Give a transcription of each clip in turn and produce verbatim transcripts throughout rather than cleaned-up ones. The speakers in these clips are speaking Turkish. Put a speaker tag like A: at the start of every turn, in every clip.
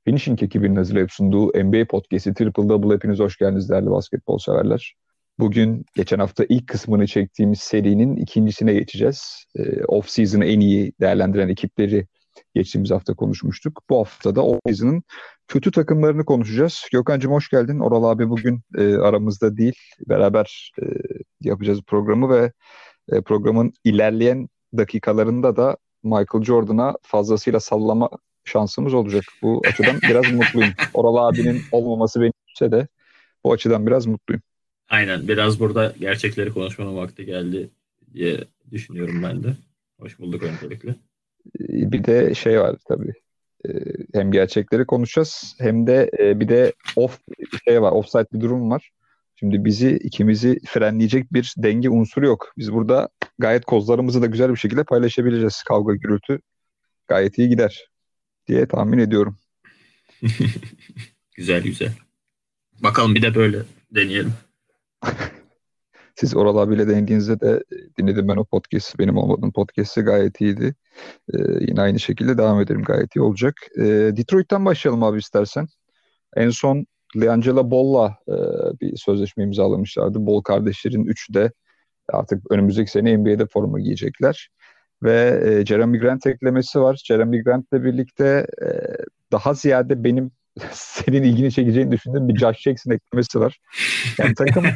A: Finishing ekibinin hazırlayıp sunduğu N B A Podcast'i Triple Double hepiniz hoş geldiniz değerli basketbol severler. Bugün geçen hafta ilk kısmını çektiğimiz serinin ikincisine geçeceğiz. Ee, Off-season'ı en iyi değerlendiren ekipleri geçtiğimiz hafta konuşmuştuk. Bu hafta da off-season'ın kötü takımlarını konuşacağız. Gökhan'cığım hoş geldin. Oral abi bugün e, aramızda değil. Beraber e, yapacağız programı ve e, programın ilerleyen dakikalarında da Michael Jordan'a fazlasıyla sallama şansımız olacak. Bu açıdan biraz mutluyum. Oral abinin olmaması beni üzse de bu açıdan biraz mutluyum.
B: Aynen. Biraz burada gerçekleri konuşmanın vakti geldi diye düşünüyorum ben de. Hoş bulduk öncelikle.
A: E, Bir de şey var tabii. E, Hem gerçekleri konuşacağız hem de e, bir de off şey var, offside bir durum var. Şimdi bizi ikimizi frenleyecek bir denge unsuru yok. Biz burada gayet kozlarımızı da güzel bir şekilde paylaşabileceğiz. Kavga gürültü gayet iyi gider diye tahmin ediyorum.
B: Güzel güzel. Bakalım bir de böyle deneyelim.
A: Siz Oral abiyle denediğinizde de dinledim ben o podcast'i. Benim olmadığım podcast'i gayet iyiydi. Ee, Yine aynı şekilde devam edelim, gayet iyi olacak. Ee, Detroit'ten başlayalım abi istersen. En son LiAngelo Ball'la e, bir sözleşme imzalamışlardı. Ball kardeşlerin üçü de artık önümüzdeki sene N B A'de forma giyecekler. Ve e, Jeremy Grant eklemesi var. Jeremy Grant'le birlikte e, daha ziyade benim senin ilgini çekeceğini düşündüğüm bir Josh Jackson eklemesi var. Yani takım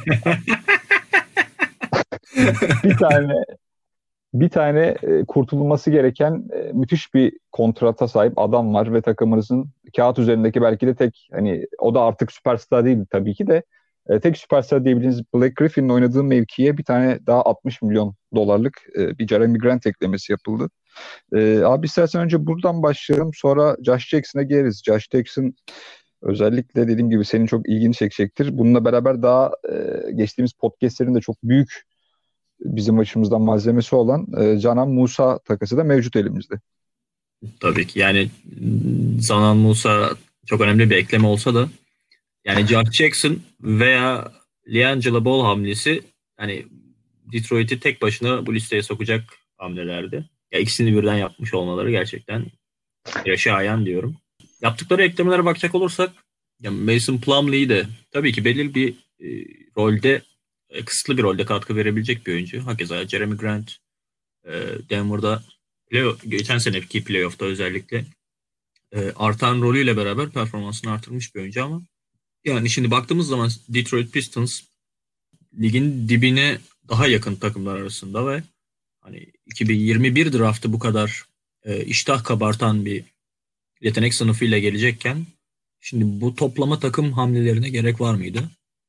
A: bir tane bir tane e, kurtulması gereken e, müthiş bir kontrata sahip adam var ve takımınızın kağıt üzerindeki belki de tek, hani o da artık süperstar değil tabii ki de, e, tek süperstar diyebileceğiniz Blake Griffin'in oynadığı mevkiye bir tane daha altmış milyon dolarlık e, bir Jeremy Grant eklemesi yapıldı. E, abi istersen önce buradan başlayalım, sonra Josh Jackson'a geliriz. Josh Jackson özellikle dediğim gibi senin çok ilgini çekecektir. Bununla beraber daha e, geçtiğimiz podcastlerin de çok büyük bizim açımızdan malzemesi olan e, Canan Musa takası da mevcut elimizde.
B: Tabii ki yani Zanan Musa çok önemli bir ekleme olsa da yani Josh Jackson veya LiAngelo Ball hamlesi hani Detroit'i tek başına bu listeye sokacak hamlelerdi. Ya ikisini birden yapmış olmaları gerçekten yaşayan diyorum. Yaptıkları eklemelere bakacak olursak ya Mason Plumlee'yi de tabii ki belirli bir e, rolde e, kısıtlı bir rolde katkı verebilecek bir oyuncu. Hakeza Jeremy Grant e, Denver'da play, geçen seneki playoff'ta özellikle e, artan rolüyle beraber performansını artırmış bir oyuncu ama yani şimdi baktığımız zaman Detroit Pistons ligin dibine daha yakın takımlar arasında ve hani iki bin yirmi bir draftı bu kadar e, iştah kabartan bir yetenek sınıfıyla gelecekken şimdi bu toplama takım hamlelerine gerek var mıydı?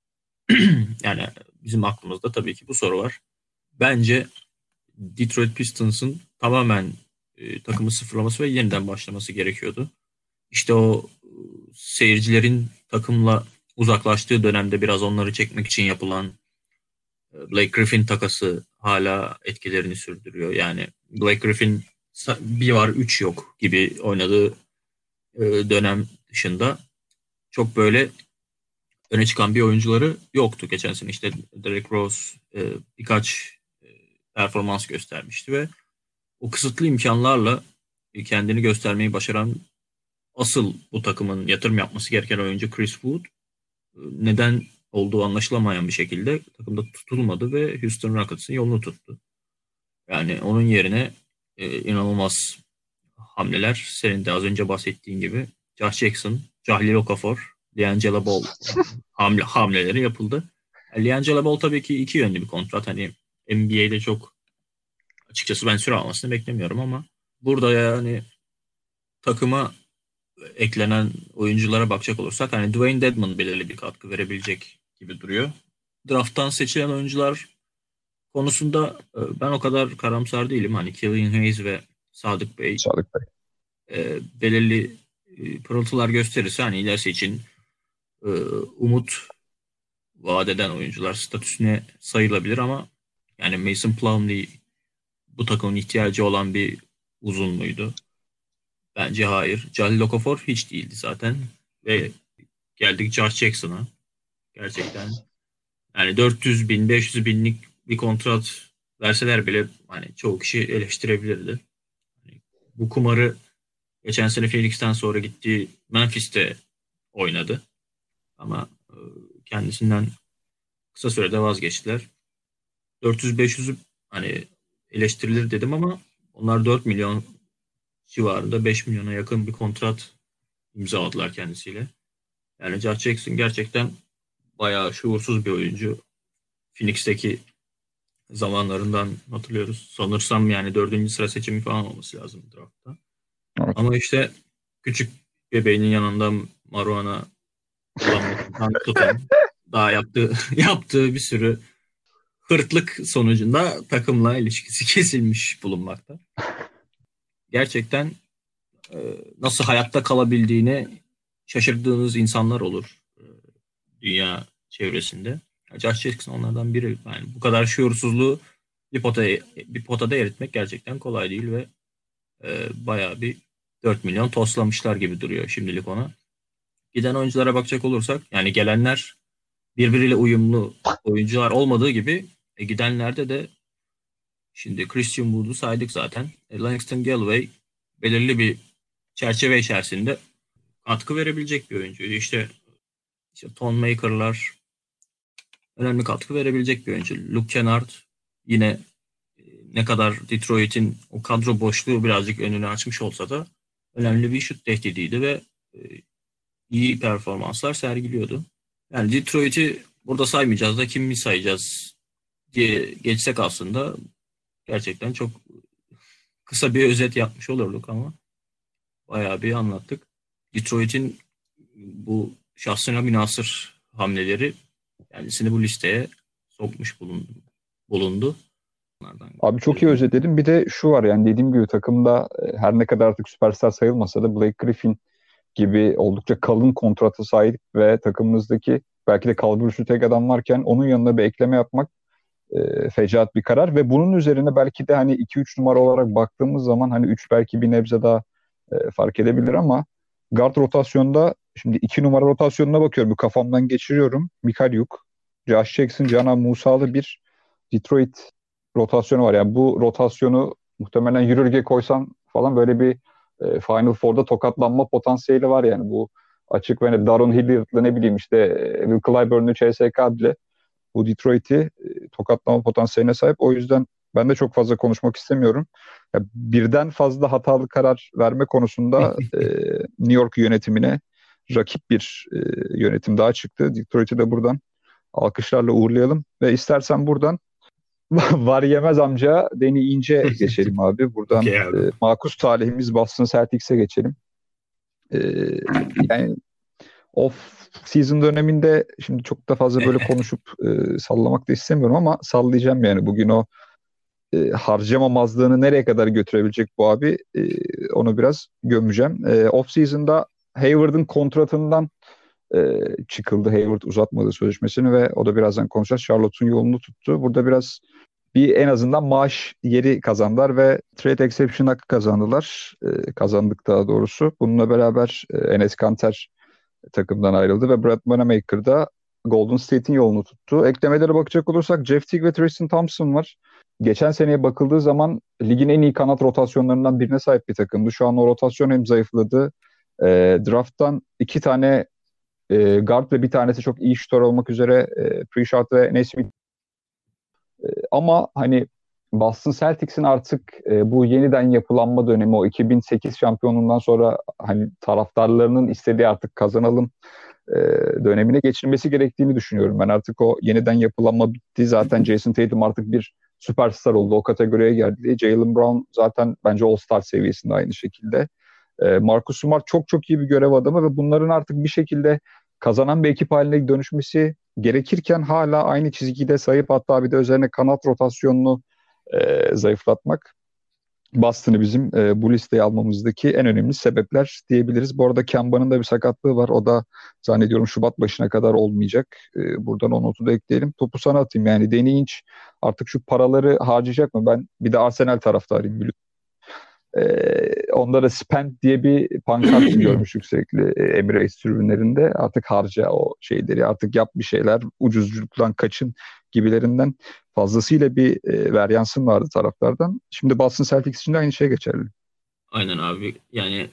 B: Yani bizim aklımızda tabii ki bu soru var. Bence Detroit Pistons'ın tamamen e, takımı sıfırlaması ve yeniden başlaması gerekiyordu. İşte o e, seyircilerin takımla uzaklaştığı dönemde biraz onları çekmek için yapılan e, Blake Griffin takası hala etkilerini sürdürüyor. Yani Blake Griffin bir var üç yok gibi oynadığı e, dönem dışında çok böyle öne çıkan bir oyuncuları yoktu. Geçen sene işte Derrick Rose e, birkaç e, performans göstermişti ve o kısıtlı imkanlarla e, kendini göstermeyi başaran asıl bu takımın yatırım yapması gereken oyuncu Chris Wood e, neden olduğu anlaşılamayan bir şekilde takımda tutulmadı ve Houston Rockets'ın yolunu tuttu. Yani onun yerine e, inanılmaz hamleler senin de az önce bahsettiğin gibi Josh Jackson, Jahlil Okafor, D'Angelo Ball hamle, hamleleri yapıldı. Yani D'Angelo Ball tabii ki iki yönlü bir kontrat. Hani N B A'de çok açıkçası ben süre almasını beklemiyorum ama burada yani takıma eklenen oyunculara bakacak olursak hani Dwayne Dedmon belirli bir katkı verebilecek gibi duruyor. Draft'tan seçilen oyuncular konusunda e, ben o kadar karamsar değilim. Hani Killian Hayes ve Sadık Bey
A: Sadık Bey.
B: e, belirli e, pırıltılar gösterirse hani ilerisi için e, umut vaat eden oyuncular statüsüne sayılabilir ama yani Mason Plumlee bu takımın ihtiyacı olan bir uzun muydu? Bence hayır. Jahlil Okafor hiç değildi zaten. Ve geldik Josh Jackson'a. Gerçekten yani dört yüz bin, beş yüz binlik bir kontrat verseler bile hani çoğu kişi eleştirebilirdi. Hani bu kumarı Geçen sene Phoenix'ten sonra gittiği Memphis'te oynadı. Ama e, kendisinden kısa sürede vazgeçtiler. dört yüz beş yüzü hani eleştirilir dedim ama onlar dört milyon civarında, beş milyona yakın bir kontrat imzaladılar kendisiyle. Yani Josh Jackson gerçekten bayağı şuursuz bir oyuncu. Phoenix'teki zamanlarından hatırlıyoruz. Sanırsam yani dördüncü sıra seçimi falan olması lazım draftta.
A: Evet.
B: Ama işte küçük bebeğinin yanında marijuana kullanmaktan tutun. Daha yaptığı yaptığı bir sürü hırtlık sonucunda takımla ilişkisi kesilmiş bulunmakta. Gerçekten e, nasıl hayatta kalabildiğine şaşırdığınız insanlar olur e, dünya çevresinde. Josh Jackson onlardan biri. Yani bu kadar şuursuzluğu bir potaya, bir potada eritmek gerçekten kolay değil ve e, bayağı bir dört milyon toslamışlar gibi duruyor şimdilik ona. Giden oyunculara bakacak olursak yani gelenler birbiriyle uyumlu oyuncular olmadığı gibi e, gidenlerde de şimdi Christian Wood'u saydık zaten. E, Langston Galloway belirli bir çerçeve içerisinde katkı verebilecek bir oyuncu. İşte, işte Ton Maker'lar önemli katkı verebilecek bir oyuncu. Luke Kennard yine e, ne kadar Detroit'in o kadro boşluğu birazcık önünü açmış olsa da önemli bir şut tehdidiydi ve e, iyi performanslar sergiliyordu. Yani Detroit'i burada saymayacağız da kimi sayacağız diye geçsek aslında gerçekten çok kısa bir özet yapmış olurduk ama bayağı bir anlattık. Detroit'in bu şahsına münhasır hamleleri kendisini bu listeye sokmuş bulundu. bulundu. Onlardan
A: Abi çok iyi
B: gözüm.
A: özetledin. Bir de şu var yani dediğim gibi takımda e, her ne kadar artık süperstar sayılmasa da Blake Griffin gibi oldukça kalın kontratı sahip ve takımımızdaki belki de kalburüstü tek adam varken onun yanına bir ekleme yapmak e, fecaat bir karar ve bunun üzerine belki de hani iki üç numara olarak baktığımız zaman hani üç belki bir nebze daha e, fark edebilir ama guard rotasyonda şimdi iki numara rotasyonuna bakıyorum. Bir kafamdan geçiriyorum. Mikhailiuk, Josh Jackson, Canan Musalı bir Detroit rotasyonu var. Yani bu rotasyonu muhtemelen Euroleague'e koysan falan böyle bir e, Final Four'da tokatlanma potansiyeli var yani. Bu açık ve net Daron Hilliard'la ne bileyim işte e, Will Clyburn'u C S K bile bu Detroit'i e, tokatlama potansiyeline sahip. O yüzden ben de çok fazla konuşmak istemiyorum. Ya, birden fazla hatalı karar verme konusunda e, New York yönetimine rakip bir e, yönetim daha çıktı. Detroit'i de buradan alkışlarla uğurlayalım. Ve istersen buradan var yemez amca Deni İnce geçelim abi. Buradan
B: Okey
A: e,
B: abi.
A: makus talihimiz Boston Celtics'e geçelim. E, yani off season döneminde şimdi çok da fazla böyle konuşup e, sallamak da istemiyorum ama sallayacağım yani bugün o e, harcamamazlığını nereye kadar götürebilecek bu abi e, onu biraz gömeceğim. E, off season'da Hayward'ın kontratından e, çıkıldı. Hayward uzatmadı sözleşmesini ve o da birazdan konuşacağız. Charlotte'un yolunu tuttu. Burada biraz bir en azından maaş yeri kazandılar ve trade exception hakkı kazandılar. E, kazandık daha doğrusu. Bununla beraber e, Enes Kanter takımdan ayrıldı ve Brad Wanamaker da Golden State'in yolunu tuttu. Eklemelere bakacak olursak Jeff Teague ve Tristan Thompson var. Geçen seneye bakıldığı zaman ligin en iyi kanat rotasyonlarından birine sahip bir takımdı. Şu an o rotasyon hem zayıfladı. E, draft'tan iki tane e, guard ve bir tanesi çok iyi şutör olmak üzere e, Pritchard ve Nesmith. E, ama hani Boston Celtics'in artık e, bu yeniden yapılanma dönemi o iki bin sekiz şampiyonundan sonra hani taraftarlarının istediği artık kazanalım e, dönemine geçilmesi gerektiğini düşünüyorum. Ben artık o yeniden yapılanma bitti. Zaten Jason Tatum artık bir süperstar oldu. O kategoriye geldi. Jaylen Brown zaten bence All-Star seviyesinde aynı şekilde. E, Marcus Smart çok çok iyi bir görev adamı ve bunların artık bir şekilde kazanan bir ekip haline dönüşmesi gerekirken hala aynı çizgide sayıp hatta bir de üzerine kanat rotasyonunu e, zayıflatmak Boston'ı bizim e, bu listeye almamızdaki en önemli sebepler diyebiliriz. Bu arada Kemba'nın da bir sakatlığı var. O da zannediyorum Şubat başına kadar olmayacak. E, buradan o notu da ekleyelim. Topu sana atayım. Yani Danny Ainge artık şu paraları harcayacak mı? Ben bir de Arsenal taraftarıyım biliyorsun. E, onlara spend diye bir pankart görmüştük sürekli e, Emirates tribünlerinde. Artık harca o şeyleri, artık yap bir şeyler, ucuzculuktan kaçın gibilerinden fazlasıyla bir e, varyansın vardı taraftardan. Şimdi Boston Celtics için de aynı şey geçerli.
B: Aynen abi. Yani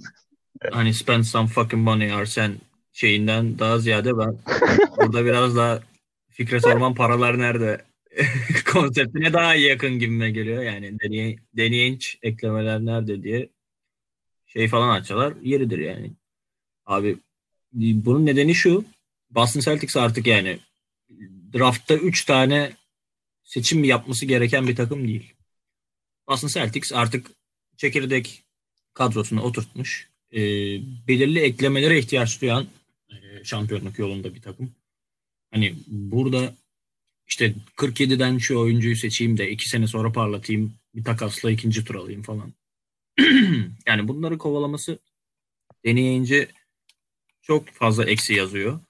B: hani spend some fucking money Arsen şeyinden daha ziyade ben burada biraz daha Fikret Orman paralar nerede konseptine daha iyi yakın gibime geliyor. Yani deney, deneyinç eklemeler nerede diye şey falan açsalar yeridir yani. Abi bunun nedeni şu. Boston Celtics artık yani draftta üç tane seçim yapması gereken bir takım değil. Boston Celtics artık çekirdek kadrosunu oturtmuş. E, belirli eklemelere ihtiyaç duyan e, şampiyonluk yolunda bir takım. Hani burada işte kırk yediden şu oyuncuyu seçeyim de iki sene sonra parlatayım, bir takasla ikinci tur alayım falan. Yani bunları kovalaması deneyince çok fazla eksi yazıyor.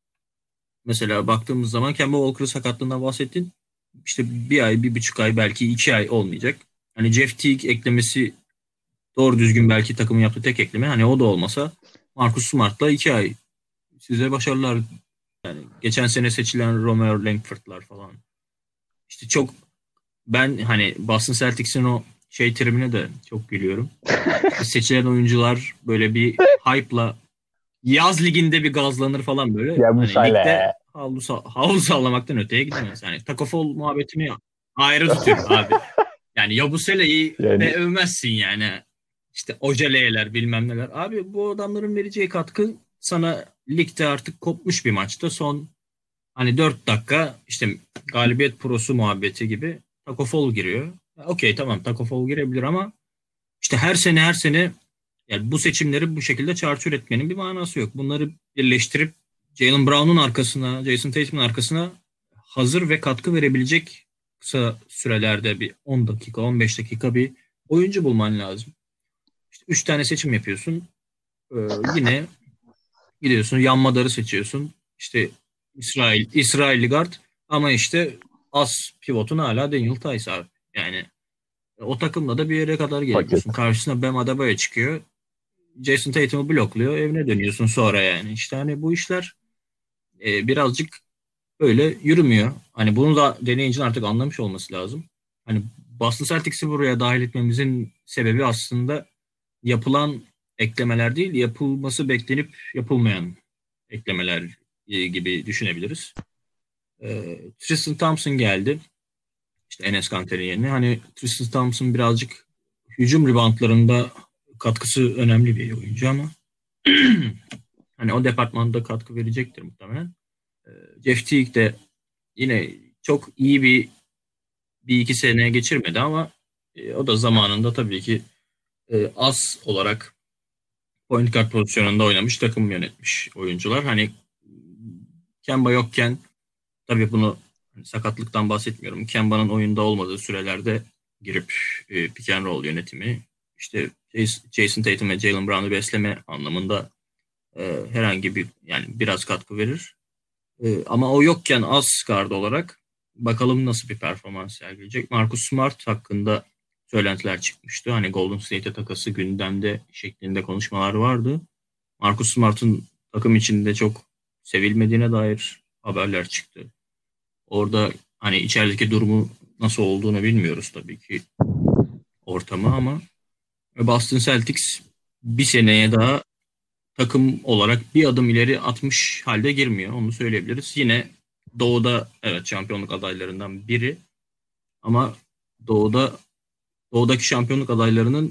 B: Mesela baktığımız zaman Kemba Walker'ı sakatlığından bahsettin. İşte bir ay, bir buçuk ay, belki iki ay olmayacak. Hani Jeff Teague eklemesi doğru düzgün belki takımın yaptığı tek ekleme. Hani o da olmasa Marcus Smart'la iki ay size başarılar. Yani geçen sene seçilen Romeo Langford'lar falan. İşte çok ben hani Boston Celtics'in o şey terimine de çok gülüyorum. İşte seçilen oyuncular böyle bir hype'la yaz liginde bir gazlanır falan böyle.
A: Ya bu
B: Hani ligde
A: şöyle.
B: havlu, sa- havlu sallamaktan öteye gidemez. Yani Takofol muhabbetini ayrı tutuyorum abi. Yani Yabusele'yi de
A: Yani
B: övmezsin yani. İşte ojeleyeler bilmem neler. Abi bu adamların vereceği katkı sana ligde artık kopmuş bir maçta son hani dört dakika işte galibiyet prosu muhabbeti gibi Taco Fall giriyor. Okey tamam Taco Fall girebilir ama işte her sene her sene yani bu seçimleri bu şekilde çarçur etmenin bir manası yok. Bunları birleştirip Jaylen Brown'un arkasına, Jason Tatum'un arkasına hazır ve katkı verebilecek kısa sürelerde bir on dakika, on beş dakika bir oyuncu bulman lazım. İşte üç tane seçim yapıyorsun. Ee, yine gidiyorsun Yanmadar'ı seçiyorsun. İşte İsrail, İsrailli guard ama işte as pivotun hala Daniel Tice abi. Yani o takımla da bir yere kadar gelebiliyorsun.
A: paket.
B: Karşısına Bam Adebayo çıkıyor. Jason Tatum'u blokluyor. Evine dönüyorsun sonra yani. İşte hani bu işler e, birazcık öyle yürümüyor. Hani bunu da deneyicinin artık anlamış olması lazım. Hani Boston Celtics'i buraya dahil etmemizin sebebi aslında yapılan eklemeler değil, yapılması beklenip yapılmayan eklemeler e, gibi düşünebiliriz. E, Tristan Thompson geldi. İşte Enes Kanter'in yerine. Hani Tristan Thompson birazcık hücum reboundlarında katkısı önemli bir oyuncu ama hani o departmanda katkı verecektir muhtemelen. E, Jeff Teague de yine çok iyi bir bir iki sene geçirmedi ama e, o da zamanında tabii ki e, az olarak point guard pozisyonunda oynamış, takım yönetmiş oyuncular. Hani Kemba yokken tabii bunu hani sakatlıktan bahsetmiyorum. Kemba'nın oyunda olmadığı sürelerde girip e, pick and roll yönetimi işte Jason Tatum ve Jaylen Brown'u besleme anlamında e, herhangi bir yani biraz katkı verir. E, ama o yokken az guard olarak bakalım nasıl bir performans sergileyecek. Marcus Smart hakkında söylentiler çıkmıştı. Hani Golden State'e takası gündemde şeklinde konuşmalar vardı. Marcus Smart'ın takım içinde çok sevilmediğine dair haberler çıktı. Orada hani içerideki durumu nasıl olduğunu bilmiyoruz tabii ki ortamı ama Boston Celtics bir seneye daha takım olarak bir adım ileri atmış halde girmiyor. Onu söyleyebiliriz. Yine Doğu'da evet şampiyonluk adaylarından biri ama Doğu'da Doğu'daki şampiyonluk adaylarının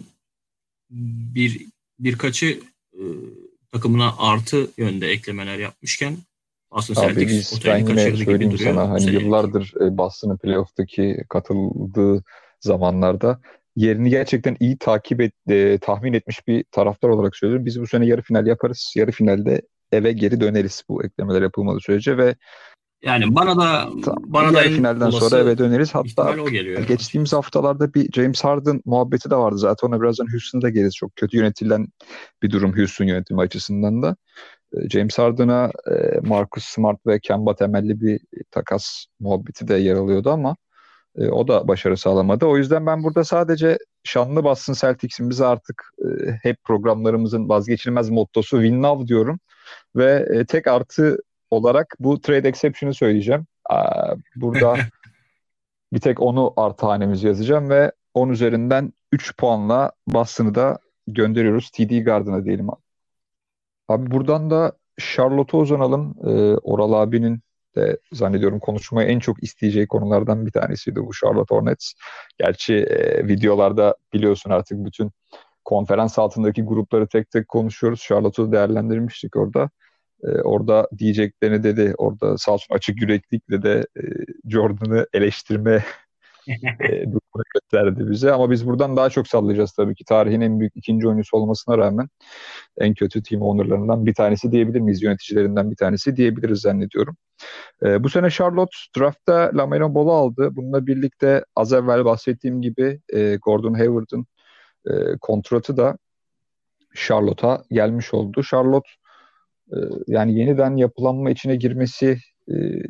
B: bir birkaçı e, takımına artı yönde eklemeler yapmışken Boston
A: Abi
B: Celtics
A: biz ben
B: otelini
A: yine
B: kaçırdı gibi
A: söyleyeyim
B: duruyor
A: sana
B: bu
A: hani
B: senelik.
A: yıllardır e, Boston'ın playoff'taki katıldığı zamanlarda yerini gerçekten iyi takip et, e, tahmin etmiş bir taraftar olarak söylüyorum. Biz bu sene yarı final yaparız. Yarı finalde eve geri döneriz bu eklemeler yapılmadığı sürece ve
B: Yani bana da
A: tam
B: bana da
A: yarı
B: en
A: finalden sonra
B: olası
A: eve döneriz. Hatta
B: ihtimal o geliyor
A: geçtiğimiz
B: açıkçası.
A: haftalarda bir James Harden muhabbeti de vardı zaten. Ona birazdan Houston'da geliriz. Çok kötü yönetilen bir durum Houston yönetimi açısından da. E, James Harden'a e, Marcus Smart ve Kemba temelli bir takas muhabbeti de yer alıyordu ama e, o da başarı sağlamadı. O yüzden ben burada sadece şanlı Boston Celtics'in bize artık e, hep programlarımızın vazgeçilmez mottosu Win Now diyorum. Ve e, tek artı olarak bu trade exception'ı söyleyeceğim. Aa, burada bir tek onu artı hanemize yazacağım ve on üzerinden üç puanla Boston'ı da gönderiyoruz. T D Garden'a diyelim abi. Abi buradan da Charlotte'a uzanalım. Ee, Oral abinin de zannediyorum konuşmayı en çok isteyeceği konulardan bir tanesiydi bu Charlotte Hornets. Gerçi e, videolarda biliyorsun artık bütün konferans altındaki grupları tek tek konuşuyoruz. Charlotte'u değerlendirmiştik orada. Ee, orada diyeceklerini dedi. Orada sağ olsun açık yüreklilikle de e, Jordan'ı eleştirme e, durumunu gösterdi bize. Ama biz buradan daha çok sallayacağız tabii ki. Tarihin en büyük ikinci oyuncusu olmasına rağmen en kötü team owner'larından bir tanesi diyebilir miyiz? Yöneticilerinden bir tanesi diyebiliriz zannediyorum. E, bu sene Charlotte draftta LaMelo Ball'u aldı. Bununla birlikte az evvel bahsettiğim gibi e, Gordon Hayward'ın e, kontratı da Charlotte'a gelmiş oldu. Charlotte e, yani yeniden yapılanma içine girmesi e,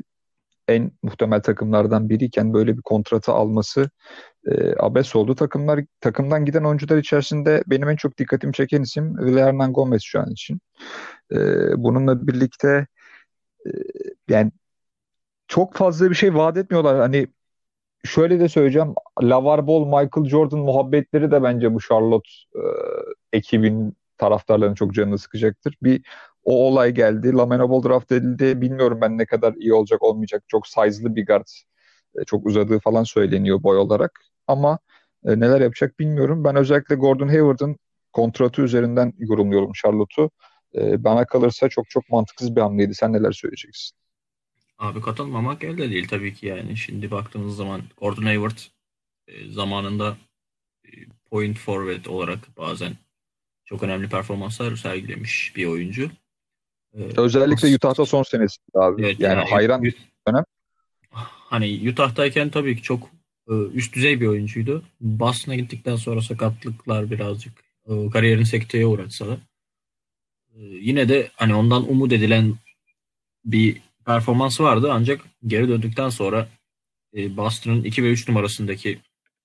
A: en muhtemel takımlardan biriyken böyle bir kontratı alması e, abes oldu. Takımlar takımdan giden oyuncular içerisinde benim en çok dikkatimi çeken isim Willy Gomez şu an için. E, bununla birlikte e, yani çok fazla bir şey vaat etmiyorlar. Hani şöyle de söyleyeceğim. LaVar Ball, Michael Jordan muhabbetleri de bence bu Charlotte e, ekibin taraftarlarının çok canını sıkacaktır. Bir o olay geldi. LaMelo Ball draft edildi. Bilmiyorum ben ne kadar iyi olacak olmayacak. Çok size'lı bir guard. E, çok uzadığı falan söyleniyor boy olarak. Ama e, neler yapacak bilmiyorum. Ben özellikle Gordon Hayward'ın kontratı üzerinden yorumluyorum Charlotte'u. E, bana kalırsa çok çok mantıksız bir hamleydi. Sen neler söyleyeceksin?
B: Abi katılmamak elde değil tabii ki yani. Şimdi baktığımız zaman Gordon Hayward e, zamanında e, point forward olarak bazen çok önemli performanslar sergilemiş bir oyuncu. E,
A: Özellikle Utah'ta son senesi abi.
B: evet
A: Yani
B: yani
A: hayran dönem.
B: hani Utah'tayken tabii ki çok e, üst düzey bir oyuncuydu. Boston'a gittikten sonra sakatlıklar birazcık e, kariyerini sekteye uğratsa da e, yine de hani ondan umut edilen bir performansı vardı ancak geri döndükten sonra e, Boston'ın iki ve üç numarasındaki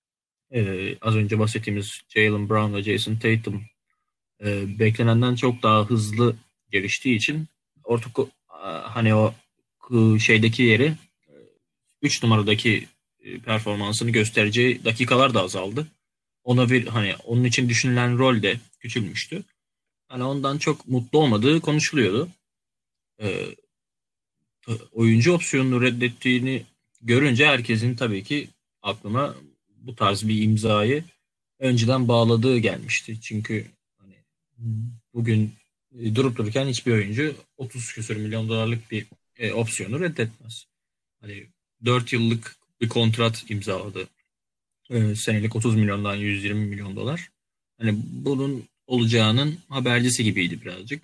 B: e, az önce bahsettiğimiz Jaylen Brown ve Jason Tatum e, beklenenden çok daha hızlı geliştiği için orta ko- a- hani o k- şeydeki yeri üç numaradaki e, performansını göstereceği dakikalar da azaldı. Ona bir hani onun için düşünülen rol de küçülmüştü. Hani ondan çok mutlu olmadığı konuşuluyordu. E, oyuncu opsiyonunu reddettiğini görünce herkesin tabii ki aklına bu tarz bir imzayı önceden bağladığı gelmişti. Çünkü hani bugün e, durup dururken hiçbir oyuncu otuz küsur milyon dolarlık bir e, opsiyonu reddetmez. Hani dört yıllık bir kontrat imzaladı. E, senelik otuz milyondan yüz yirmi milyon dolar. Hani bunun olacağının habercisi gibiydi birazcık.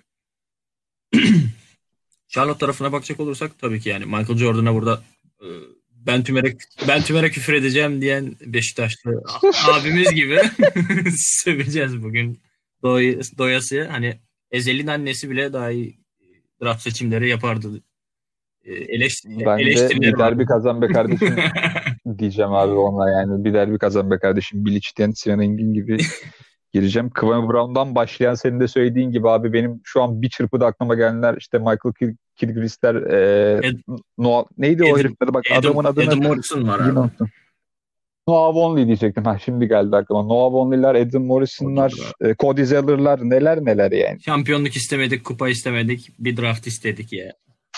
B: Charlotte tarafına bakacak olursak tabii ki yani Michael Jordan'a burada e, ben tümere ben tümere küfür edeceğim diyen Beşiktaşlı abimiz gibi söveceğiz bugün. Doy, doyasıya hani Ezel'in annesi bile daha iyi draft seçimleri yapardı. E, eleş,
A: Ben de bir
B: eleştirilerim var.
A: derbi kazan be kardeşim diyeceğim abi ona yani. Bir derbi kazan be kardeşim. Bilic'ten Sinan Engin gibi gireceğim. Kwame Brown'dan başlayan senin de söylediğin gibi abi benim şu an bir çırpıda aklıma gelenler işte Michael Kil Kilgrisler e,
B: Ed,
A: Noah, neydi o
B: Adam,
A: herifler bak
B: Adam,
A: adamın adını
B: Adam Morrison var
A: yine
B: abi.
A: unuttum. Noah Vonleh diyecektim. Ha, şimdi geldi aklıma. Noah Vonleh'ler, Adam
B: O da da.
A: Morrison'lar, e, Cody Zeller'lar neler neler yani.
B: Şampiyonluk istemedik, kupa istemedik, bir draft istedik ya.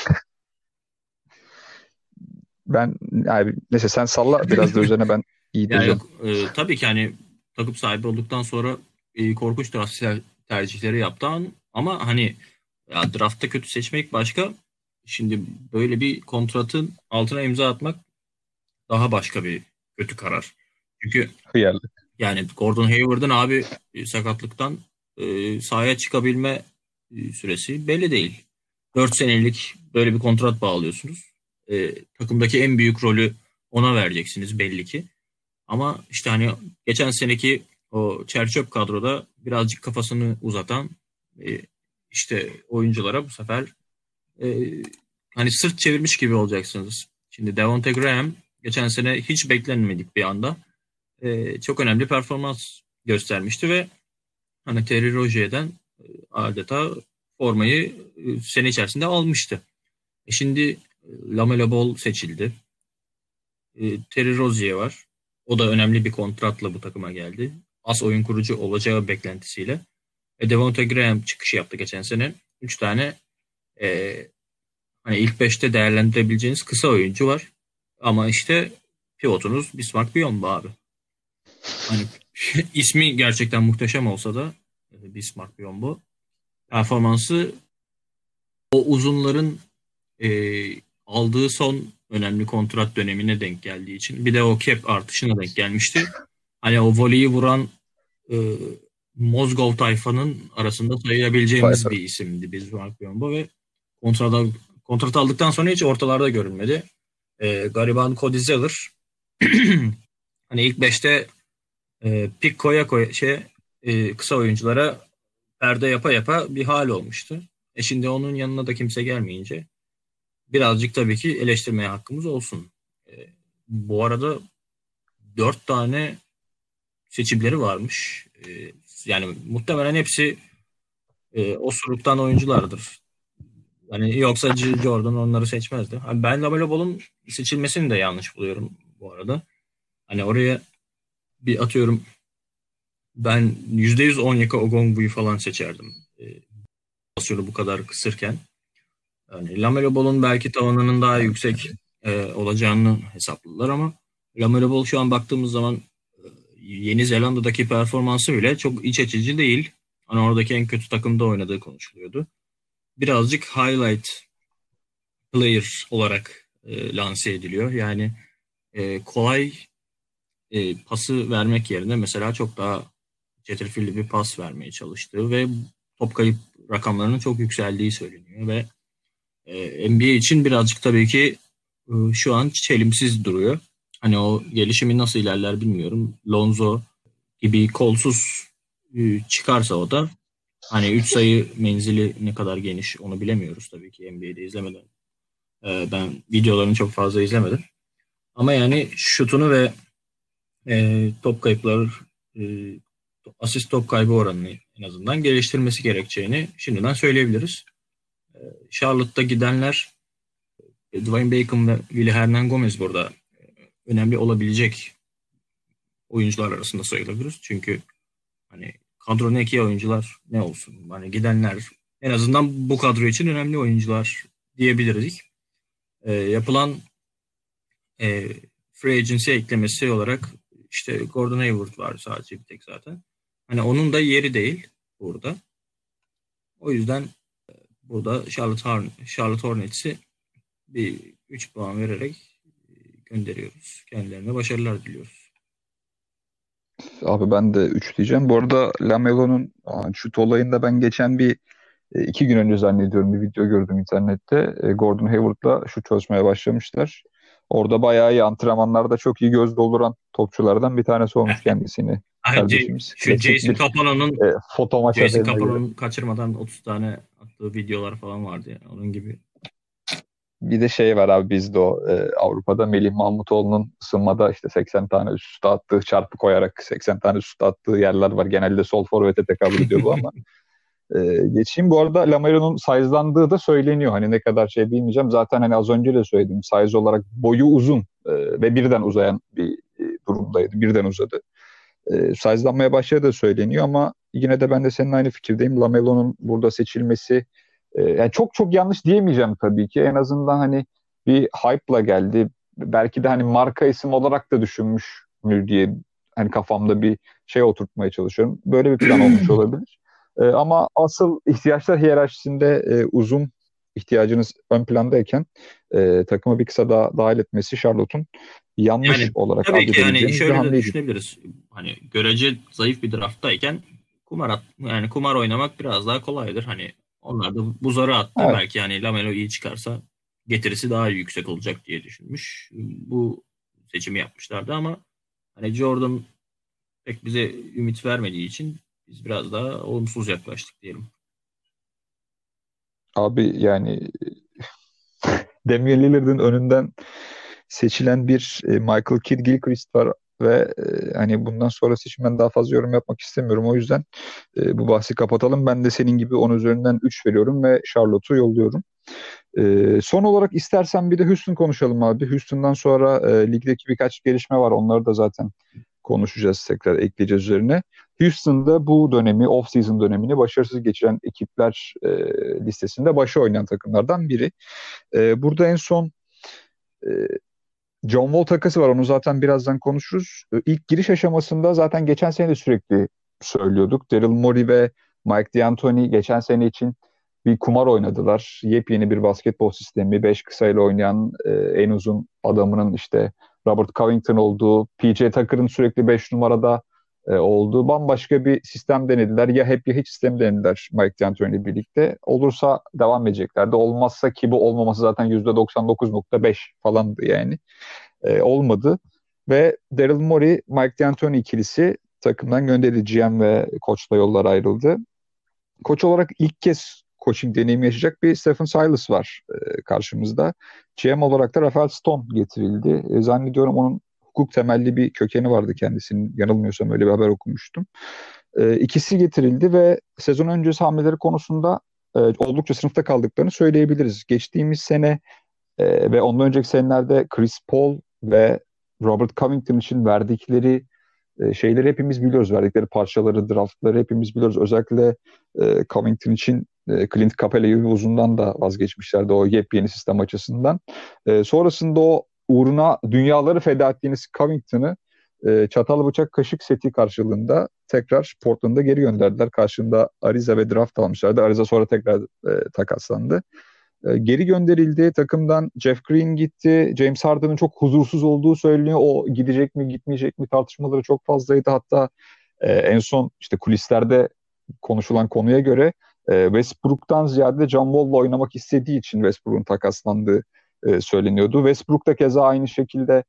A: Ben abi neyse sen salla biraz da üzerine ben
B: Ya
A: giydireceğim.
B: yok e, tabii ki hani takım sahibi olduktan sonra e, korkunç draft tercihleri yaptı an- ama hani ya draftta kötü seçmek başka. Şimdi böyle bir kontratın altına imza atmak daha başka bir kötü karar. Çünkü
A: Hıyarlı.
B: yani Gordon Hayward'ın abi e, sakatlıktan e, sahaya çıkabilme e, süresi belli değil. Dört senelik böyle bir kontrat bağlıyorsunuz. E, takımdaki en büyük rolü ona vereceksiniz belli ki. Ama işte hani geçen seneki o çerçöp kadroda birazcık kafasını uzatan e, işte oyunculara bu sefer e, hani sırt çevirmiş gibi olacaksınız. Şimdi Devonte Graham geçen sene hiç beklenmedik bir anda e, çok önemli performans göstermişti ve hani Terry Rozier'den e, adeta formayı e, sene içerisinde almıştı. E şimdi e, LaMelo Ball seçildi. E, Terry Rozier var. O da önemli bir kontratla bu takıma geldi. as oyun kurucu olacağı beklentisiyle. E, Devonta Graham çıkışı yaptı geçen sene. Üç tane e, hani ilk beşte değerlendirebileceğiniz kısa oyuncu var. Ama işte pivotunuz Bismarck Biyombo abi. Hani ismi gerçekten muhteşem olsa da e, Bismarck Biyombo performansı o uzunların e, aldığı son önemli kontrat dönemine denk geldiği için bir de o cap artışına denk gelmişti. Hani o voleyi vuran e, Mozgov tayfanın arasında sayabileceğimiz
A: Tayfa.
B: bir isimdi Bismarck Biyombo ve kontrat, kontrat aldıktan sonra hiç ortalarda görünmedi. E, gariban Cody Zeller hani ilk beşte e, pik koya koya şey e, kısa oyunculara perde yapa yapa bir hal olmuştu. E şimdi onun yanına da kimse gelmeyince birazcık tabii ki eleştirmeye hakkımız olsun. E, bu arada dört tane seçimleri varmış. E, yani muhtemelen hepsi e, o suluktan oyunculardır. Yani yoksa Jordan onları seçmezdi. Hani ben LaMelo Ball'un seçilmesini de yanlış buluyorum bu arada. Hani oraya bir atıyorum ben yüzde yüz Onyeka Okongwu'yu falan seçerdim. E, Pozisyonu bu kadar kısırken. Yani LaMelo Ball'un belki tavanının daha yüksek e, olacağını hesapladılar ama LaMelo Ball şu an baktığımız zaman e, Yeni Zelanda'daki performansı bile çok iç açıcı değil. Hani oradaki en kötü takımda oynadığı konuşuluyordu. Birazcık highlight player olarak e, lanse ediliyor. Yani e, kolay e, pası vermek yerine mesela çok daha çetrefilli bir pas vermeye çalıştığı ve top kayıp rakamlarının çok yükseldiği söyleniyor ve e, N B A için birazcık tabii ki e, şu an çelimsiz duruyor. Hani o gelişimi nasıl ilerler bilmiyorum. Lonzo gibi kolsuz e, çıkarsa o da hani üç sayı menzili ne kadar geniş onu bilemiyoruz tabii ki N B A'de izlemeden. E, ben videolarını çok fazla izlemedim. Ama yani şutunu ve e, top kayıpları e, asist top kaybı oranını en azından geliştirmesi gerekeceğini şimdiden söyleyebiliriz. E, Charlotte'da gidenler Dwayne Bacon ve Willy Hernan Gomez burada önemli olabilecek oyuncular arasında sayılabilir. Çünkü hani kadrodaki oyuncular ne olsun? Hani gidenler en azından bu kadro için önemli oyuncular diyebiliriz. E, yapılan e, free agency eklemesi olarak işte Gordon Hayward var sadece bir tek zaten. Hani onun da yeri değil burada. O yüzden burada Charlotte, Horn- Charlotte Hornets'i bir üç puan vererek gönderiyoruz. Kendilerine başarılar diliyoruz.
A: Abi ben de üç diyeceğim. Bu arada Lamelo'nun aa, şut olayında ben geçen bir e, iki gün önce zannediyorum bir video gördüm internette. E, Gordon Hayward'la şut çözmeye başlamışlar. Orada bayağı iyi antrenmanlarda çok iyi göz dolduran topçulardan bir tanesi olmuş kendisini
B: Ayrıca
A: kardeşimiz.
B: şu
A: Klasik
B: Jason
A: bir
B: Capano'nun
A: e, foto maç
B: Jason
A: haberine göre.
B: Capano'nun kaçırmadan otuz tane attığı videolar falan vardı yani. Onun gibi.
A: Bir de şey var abi bizde o e, Avrupa'da Melih Mahmutoğlu'nun ısınmada işte seksen tane üst üste attığı çarpı koyarak seksen tane üst üste attığı yerler var. Genelde sol forvete tekabül ediyor bu ama. E, geçeyim. Bu arada Lamelo'nun size'landığı da söyleniyor. Hani ne kadar şey bilmeyeceğim. Zaten hani az önce de söyledim. Size olarak boyu uzun e, ve birden uzayan bir e, durumdaydı. Birden uzadı. E, size'lanmaya başladığı da söyleniyor ama yine de ben de senin aynı fikirdeyim. Lamelo'nun burada seçilmesi e, yani çok çok yanlış diyemeyeceğim tabii ki. En azından hani bir hype'la geldi. Belki de hani marka isim olarak da düşünmüş mü diye hani kafamda bir şey oturtmaya çalışıyorum. Böyle bir plan olmuş olabilir. E, ama asıl ihtiyaçlar hiyerarşisinde e, uzun ihtiyacınız ön plandayken e, takımı bir kısa daha dahil etmesi Charlotte'un yanlış
B: Yani
A: olarak
B: tabii ki yani
A: addedebileceğimiz bir
B: şöyle de
A: hamleydi.
B: düşünebiliriz. Hani görece zayıf bir drafttayken kumar at, yani kumar oynamak biraz daha kolaydır. Hani onlar da bu zarı attı.
A: Evet.
B: Belki hani Lamelo iyi çıkarsa getirisi daha yüksek olacak diye düşünmüş. Bu seçimi yapmışlardı ama hani Jordan pek bize ümit vermediği için biz biraz daha olumsuz yaklaştık diyelim.
A: Abi yani Damian Lillard'ın önünden seçilen bir e, Michael Kidd Gilchrist var ve e, hani bundan sonrası için ben daha fazla yorum yapmak istemiyorum. O yüzden e, bu bahsi kapatalım. Ben de senin gibi on üzerinden üç veriyorum ve Charlotte'u yolluyorum. E, son olarak istersen bir de Houston konuşalım abi. Houston'dan sonra e, ligdeki birkaç gelişme var. Onları da zaten konuşacağız, tekrar ekleyeceğiz üzerine. Houston'da bu dönemi, off-season dönemini başarısız geçiren ekipler e, listesinde başa oynayan takımlardan biri. E, burada en son e, John Wall takası var. Onu zaten birazdan konuşuruz. E, İlk giriş aşamasında zaten geçen sene de sürekli söylüyorduk. Daryl Morey ve Mike D'Antoni geçen sene için bir kumar oynadılar. Yepyeni bir basketbol sistemi. Beş kısayla oynayan e, en uzun adamının işte Robert Covington olduğu, P J Tucker'ın sürekli beş numarada e, olduğu bambaşka bir sistem denediler. Ya hep ya hiç sistemi denediler Mike D'Antoni ile birlikte. Olursa devam edeceklerdi. Olmazsa, ki bu olmaması zaten yüzde doksan dokuz nokta beş falandı yani. E, olmadı. Ve Daryl Morey, Mike D'Antoni ikilisi takımdan gönderildi. G M ve koçla yollar ayrıldı. Koç olarak ilk kez coaching deneyimi yaşayacak bir Stephen Silas var e, karşımızda. G M olarak da Rafael Stone getirildi. E, zannediyorum onun hukuk temelli bir kökeni vardı kendisinin. Yanılmıyorsam öyle bir haber okumuştum. E, ikisi getirildi ve sezon öncesi hamleleri konusunda e, oldukça sınıfta kaldıklarını söyleyebiliriz. Geçtiğimiz sene e, ve ondan önceki senelerde Chris Paul ve Robert Covington için verdikleri e, şeyleri hepimiz biliyoruz. Verdikleri parçaları, draftları hepimiz biliyoruz. Özellikle e, Covington için e, Clint Capela gibi bir uzundan da vazgeçmişlerdi o yepyeni sistem açısından. E, sonrasında o uğruna dünyaları feda ettiğiniz Covington'ı e, çatal bıçak kaşık seti karşılığında tekrar Portland'a geri gönderdiler. Karşında Ariza ve draft almışlardı. Ariza sonra tekrar e, takaslandı. E, geri gönderildi. Takımdan Jeff Green gitti. James Harden'ın çok huzursuz olduğu söyleniyor. O gidecek mi gitmeyecek mi tartışmaları çok fazlaydı. Hatta e, en son işte kulislerde konuşulan konuya göre e, Westbrook'tan ziyade John Wall'la oynamak istediği için Westbrook'un takaslandığı e, söyleniyordu. Westbrook da keza aynı şekilde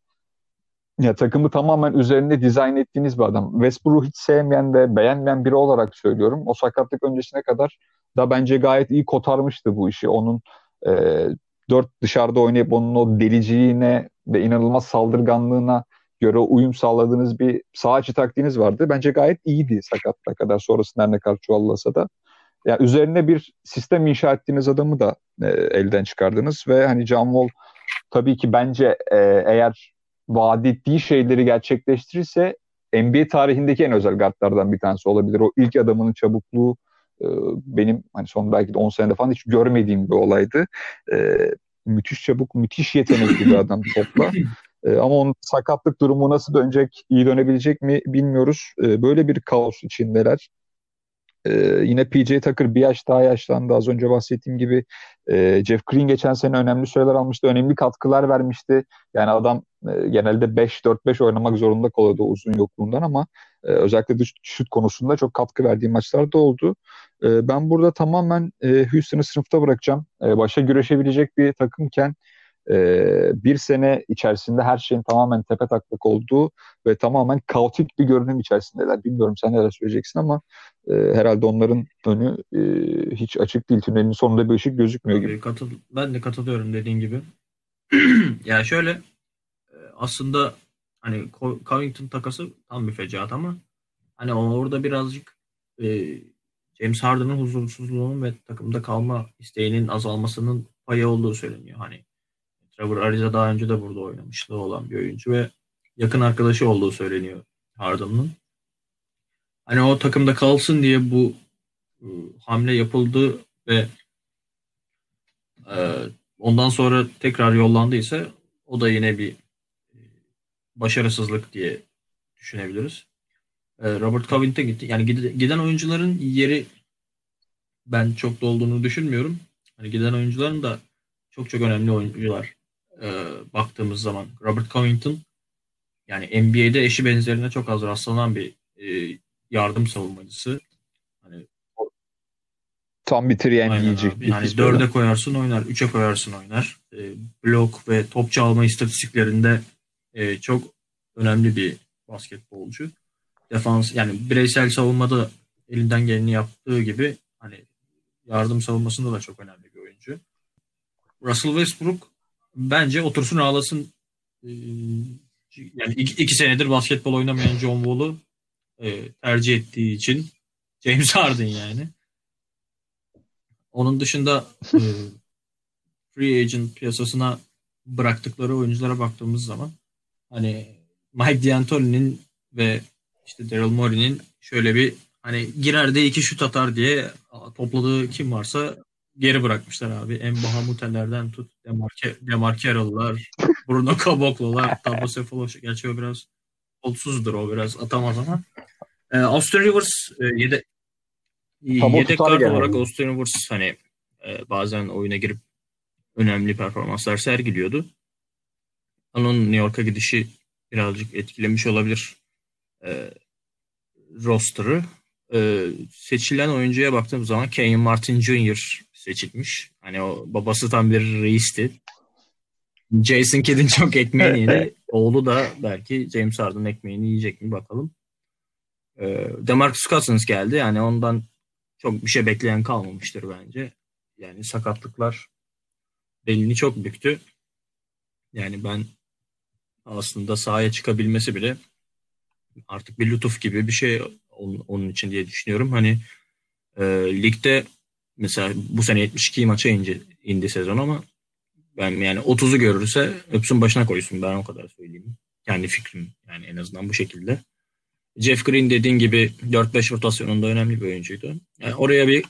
A: ya takımı tamamen üzerine dizayn ettiğiniz bir adam. Westbrook'u hiç sevmeyen ve beğenmeyen biri olarak söylüyorum. O sakatlık öncesine kadar da bence gayet iyi kotarmıştı bu işi. Onun e, dört dışarıda oynayıp onun o deliciğine ve inanılmaz saldırganlığına göre uyum sağladığınız bir saha içi taktiğiniz vardı. Bence gayet iyiydi sakatlığa kadar. Sonrasında her ne kadar çuvallasa da. Yani üzerine bir sistem inşa ettiğiniz adamı da e, elden çıkardınız ve hani John Wall tabii ki bence e, eğer vaat ettiği şeyleri gerçekleştirirse N B A tarihindeki en özel guardlardan bir tanesi olabilir. O ilk adamının çabukluğu e, benim hani son belki de on senede falan hiç görmediğim bir olaydı. E, müthiş çabuk, müthiş yetenekli bir adam topla. E, ama onun sakatlık durumu nasıl dönecek, iyi dönebilecek mi bilmiyoruz. E, böyle bir kaos içindeler. Ee, yine P J Tucker bir yaş daha yaşlandı. Az önce bahsettiğim gibi e, Jeff Green geçen sene önemli süreler almıştı. Önemli katkılar vermişti. Yani adam e, genelde beş dört beş oynamak zorunda kalıyordu uzun yokluğundan ama e, özellikle dış şut konusunda çok katkı verdiği maçlar da oldu. E, ben burada tamamen e, Houston'ı sınıfta bırakacağım. E, başa güreşebilecek bir takımken e, bir sene içerisinde her şeyin tamamen tepetaklak olduğu ve tamamen kaotik bir görünüm içerisindeler. Bilmiyorum sen neler söyleyeceksin ama e, herhalde onların önü e, hiç açık değil. Tünelin sonunda bir ışık gözükmüyor gibi.
B: Tabii katıl ben de katılıyorum dediğin gibi. Ya şöyle e, aslında hani Co- Covington takası tam bir fecaat ama hani orada birazcık e, James Harden'ın huzursuzluğunun ve takımda kalma isteğinin azalmasının payı olduğu söyleniyor. Hani Trevor Ariza daha önce de burada oynamışlığı olan bir oyuncu ve yakın arkadaşı olduğu söyleniyor Harden'ın. Hani o takımda kalsın diye bu e, hamle yapıldı ve e, ondan sonra tekrar yollandıysa o da yine bir e, başarısızlık diye düşünebiliriz. E, Robert Covington gitti. Yani gide- giden oyuncuların yeri ben çok da olduğunu düşünmüyorum. Hani giden oyuncuların da çok çok önemli oyuncular e, baktığımız zaman. Robert Covington yani N B A'de eşi benzerine çok az rastlanan bir e, yardım savunmacısı. Hani
A: Tam bir üç and
B: aynen
A: D'ci,
B: abi.
A: ikiz
B: Hani
A: bir adam.
B: dörde koyarsın oynar, üçe koyarsın oynar. E, blok ve top çalma istatistiklerinde e, çok önemli bir basketbolcu. Defans yani bireysel savunmada elinden geleni yaptığı gibi hani yardım savunmasında da çok önemli bir oyuncu. Russell Westbrook bence otursun ağlasın. E, yani iki, iki senedir basketbol oynamayan John Wall'u e, tercih ettiği için James Harden yani. Onun dışında e, free agent piyasasına bıraktıkları oyunculara baktığımız zaman hani Mike D'Antoni'nin ve işte Daryl Morey'nin şöyle bir hani girer de iki şut atar diye topladığı kim varsa geri bırakmışlar abi. En Bahamutelerden tut Demarke, Demar Carroll'lar, Bruno Caboclo'lar, Thabo Sefolosha. Gerçi o biraz kolsuzdur, o biraz atamaz ama. Ee, Austin Rivers e, yedek,
A: Tabo
B: yedek
A: tutar
B: kart
A: gene.
B: olarak Austin Rivers hani e, bazen oyuna girip önemli performanslar sergiliyordu. Onun New York'a gidişi birazcık etkilemiş olabilir e, roster'ı. E, seçilen oyuncuya baktığım zaman Kenyon Martin Junior seçilmiş. Hani o babası tam bir reisti. Jason Kidd'in çok ekmeğini yedi. Oğlu da belki James Harden'ın ekmeğini yiyecek mi bakalım. E, DeMarcus Cousins geldi. Yani ondan çok bir şey bekleyen kalmamıştır bence. Yani sakatlıklar belini çok büktü. Yani ben aslında sahaya çıkabilmesi bile artık bir lütuf gibi bir şey onun, onun için diye düşünüyorum. Hani e, ligde mesela bu sene yetmiş iki maça indi, indi sezon ama ben yani otuzu görürse öpsün başına koysun, ben o kadar söyleyeyim. Kendi fikrim yani en azından bu şekilde. Jeff Green dediğin gibi dört beş rotasyonunda önemli bir oyuncuydu. Yani oraya bir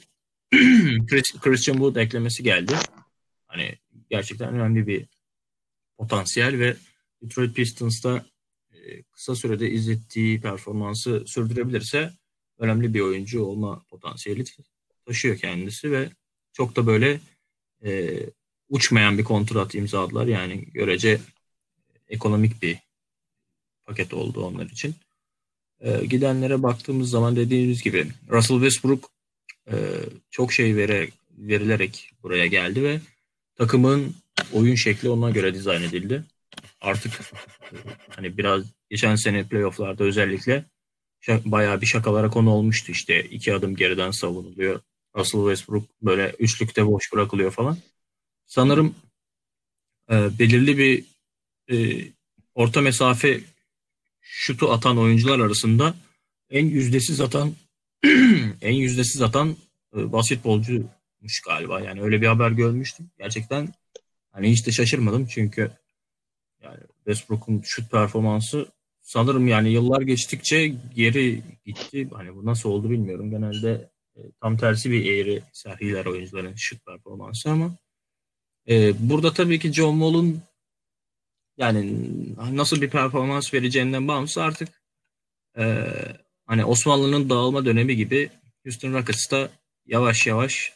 B: Christian Wood eklemesi geldi. Hani gerçekten önemli bir potansiyel ve Detroit Pistons'ta e, kısa sürede izlettiği performansı sürdürebilirse önemli bir oyuncu olma potansiyeli taşıyor kendisi ve çok da böyle e, uçmayan bir kontrat imzaladılar. Yani görece ekonomik bir paket oldu onlar için. E, gidenlere baktığımız zaman dediğimiz gibi Russell Westbrook e, çok şey vere, verilerek buraya geldi ve takımın oyun şekli ona göre dizayn edildi. Artık hani biraz geçen sene playofflarda özellikle bayağı bir şakalara konu olmuştu. İşte iki adım geriden savunuluyor. Russell Westbrook böyle üçlükte boş bırakılıyor falan. Sanırım e, belirli bir e, orta mesafe şutu atan oyuncular arasında en yüzdesiz atan en yüzdesiz atan e, basketbolcuymuş galiba. Yani öyle bir haber görmüştüm. Gerçekten hani hiç de şaşırmadım çünkü yani Westbrook'un şut performansı sanırım yani yıllar geçtikçe geri gitti. Hani bu nasıl oldu bilmiyorum. Genelde e, tam tersi bir eğri sergiler oyuncuların şut performansı ama e, burada tabii ki John Wall'un yani nasıl bir performans vereceğinden bağımsız artık e, hani Osmanlı'nın dağılma dönemi gibi Houston Rockets'ta yavaş yavaş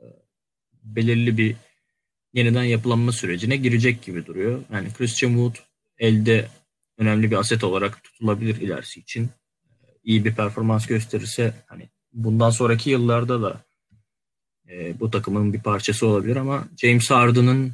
B: belirli bir yeniden yapılanma sürecine girecek gibi duruyor. Yani Christian Wood elde önemli bir aset olarak tutulabilir ilerisi için. İyi bir performans gösterirse hani bundan sonraki yıllarda da e, bu takımın bir parçası olabilir ama James Harden'ın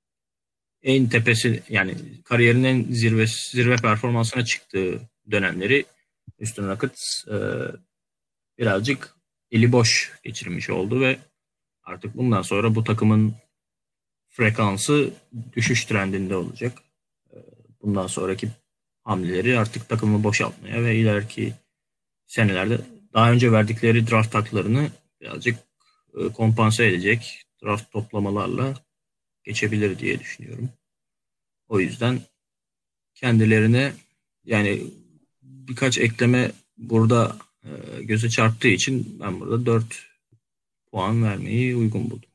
B: en tepesi yani kariyerinin en zirve zirve performansına çıktığı dönemleri Houston Rockets e, birazcık eli boş geçirmiş oldu ve artık bundan sonra bu takımın frekansı düşüş trendinde olacak. Bundan sonraki hamleleri artık takımı boşaltmaya ve ileriki senelerde daha önce verdikleri draft haklarını birazcık e, kompanse edecek draft toplamalarla geçebilir diye düşünüyorum. O yüzden kendilerine yani birkaç ekleme burada e, göze çarptığı için ben burada dört puan vermeyi uygun buldum.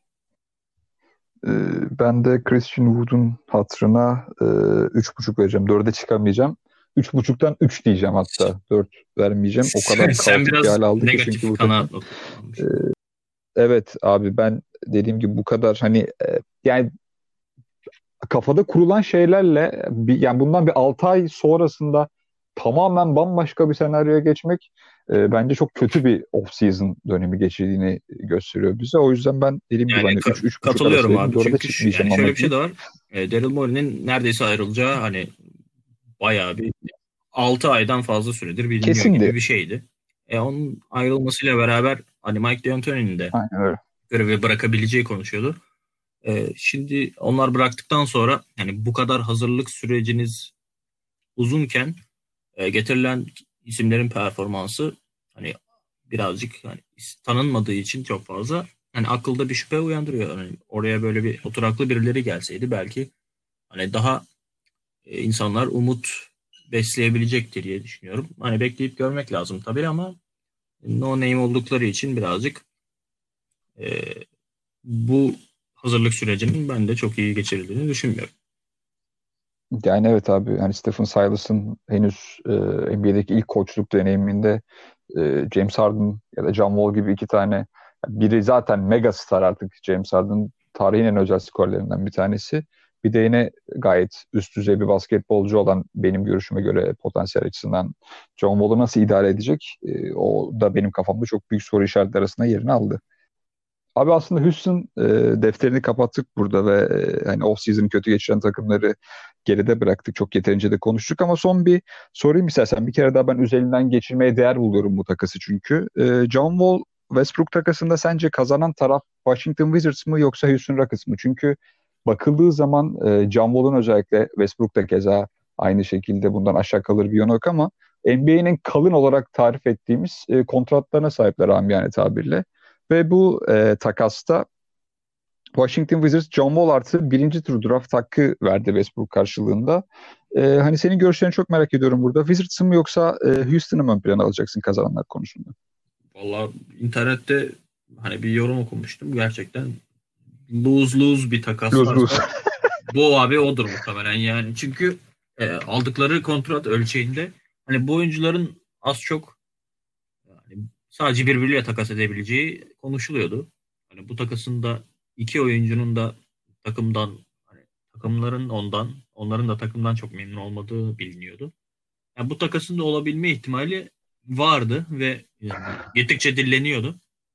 A: Ee, Ben de Christian Wood'un hatırına e, üç buçuk vereceğim. Dörde çıkamayacağım. Üç buçuktan üç diyeceğim hatta. Dört vermeyeceğim. O kadar
B: Sen
A: kaotik bir
B: biraz
A: hale aldı ki çünkü
B: negatif
A: bu takım.
B: kanaat notu
A: Ee,
B: kullanmışsın.
A: evet abi, ben dediğim gibi bu kadar hani e, yani kafada kurulan şeylerle bir, yani bundan bir altı ay sonrasında tamamen bambaşka bir senaryoya geçmek e, bence çok kötü bir off-season dönemi geçirdiğini gösteriyor bize. O yüzden ben dediğim gibi
B: Yani
A: hani
B: ka-
A: üç üç buçuk arası
B: katılıyorum
A: veririm.
B: abi.
A: dörde
B: Çünkü şu,
A: çıkmayacağım
B: yani şöyle
A: ama
B: bir şey
A: deyip
B: de var. E, Daryl Morey'nin neredeyse ayrılacağı hani bayağı bir altı aydan fazla süredir biliniyor
A: kesindi.
B: gibi bir şeydi. E, onun ayrılmasıyla beraber hani Mike D'Antoni'nin de
A: Aynen öyle.
B: görevi bırakabileceği konuşuyordu. E, şimdi onlar bıraktıktan sonra yani bu kadar hazırlık süreciniz uzunken e, getirilen isimlerin performansı hani birazcık hani tanınmadığı için çok fazla hani akılda bir şüphe uyandırıyor. Hani oraya böyle bir oturaklı birileri gelseydi belki hani daha e, insanlar umut besleyebilecektir diye düşünüyorum. Hani bekleyip görmek lazım tabii ama no name oldukları için birazcık e, bu hazırlık sürecinin ben de çok iyi geçirildiğini düşünmüyorum.
A: Yani evet abi, hani Stephen Silas'ın henüz e, N B A'deki ilk koçluk deneyiminde e, James Harden ya da John Wall gibi iki tane, biri zaten mega star artık, James Harden tarihin en özel skorlarından bir tanesi. Bir de yine gayet üst düzey bir basketbolcu olan, benim görüşüme göre potansiyel açısından John Wall'u nasıl idare edecek? E, o da benim kafamda çok büyük soru işaretleri arasında yerini aldı. Abi aslında Houston e, defterini kapattık burada ve e, hani off-season kötü geçiren takımları geride bıraktık. Çok yeterince de konuştuk ama son bir sorayım istersen. Bir kere daha ben üzerinden geçirmeye değer buluyorum bu takası çünkü. E, John Wall Westbrook takasında sence kazanan taraf Washington Wizards mı yoksa Houston Rockets mı? Çünkü bakıldığı zaman e, John Wall'un, özellikle Westbrook da keza aynı şekilde, bundan aşağı kalır bir yanı yok ama N B A'nin kalın olarak tarif ettiğimiz e, kontratlarına sahipler amiyane tabirle. Ve bu e, takasta Washington Wizards John Wall artı birinci tur draft hakkı verdi Westbrook karşılığında. E, hani senin görüşlerini çok merak ediyorum burada. Wizards'ı mı yoksa e, Houston'ı mı ön plana alacaksın kazananlar konusunda?
B: Valla internette hani bir yorum okumuştum. Gerçekten lose lose bir takas
A: Lose lose.
B: varsa bu abi odur muhtemelen yani. Çünkü e, aldıkları kontrat ölçeğinde hani bu oyuncuların az çok yani sadece birbiriyle takas edebileceği konuşuluyordu. Hani bu takasında iki oyuncunun da takımdan hani takımların ondan onların da takımdan çok memnun olmadığı biliniyordu. Yani bu takasın da olabilme ihtimali vardı ve yani gittikçe dilleniyordu.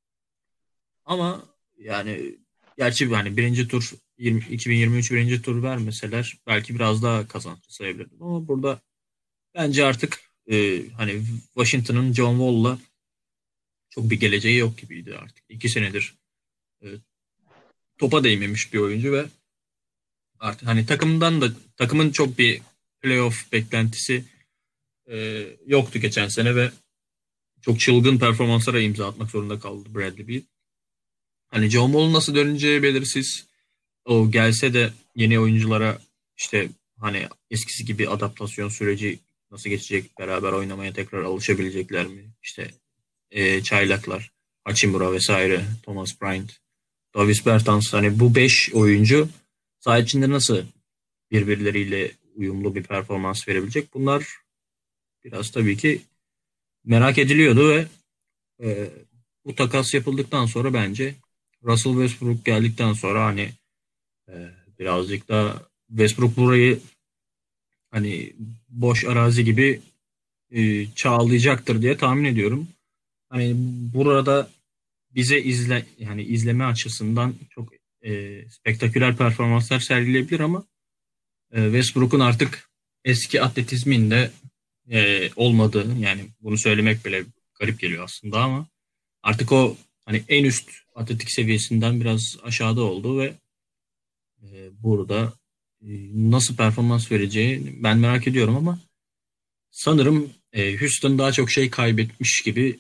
B: Ama yani gerçi yani birinci tur yirmi, iki bin yirmi üç birinci tur vermeseler belki biraz daha kazançlı sayabilirdim. Ama burada bence artık e, hani Washington'ın John Wall'la çok bir geleceği yok gibiydi artık. İki senedir e, topa değmemiş bir oyuncu ve artık hani takımdan da takımın çok bir playoff beklentisi e, yoktu geçen sene ve çok çılgın performanslara imza atmak zorunda kaldı Bradley Beal. Hani John Wall nasıl döneceği belirsiz. O gelse de yeni oyunculara işte hani eskisi gibi adaptasyon süreci nasıl geçecek? Beraber oynamaya tekrar alışabilecekler mi? İşte e, çaylaklar, Hachimura vesaire, Thomas Bryant, Davis Bertans, hani bu beş oyuncu saha içinde nasıl birbirleriyle uyumlu bir performans verebilecek? Bunlar biraz tabii ki merak ediliyordu ve e, bu takas yapıldıktan sonra bence Russell Westbrook geldikten sonra hani e, birazcık da Westbrook burayı hani boş arazi gibi e, çağlayacaktır diye tahmin ediyorum. Hani burada bize izle yani izleme açısından çok e, spektaküler performanslar sergileyebilir ama e, Westbrook'un artık eski atletizminde e, olmadığı, yani bunu söylemek bile garip geliyor aslında ama artık o hani en üst atletik seviyesinden biraz aşağıda oldu ve e, burada e, nasıl performans vereceği ben merak ediyorum ama sanırım e, Houston daha çok şey kaybetmiş gibi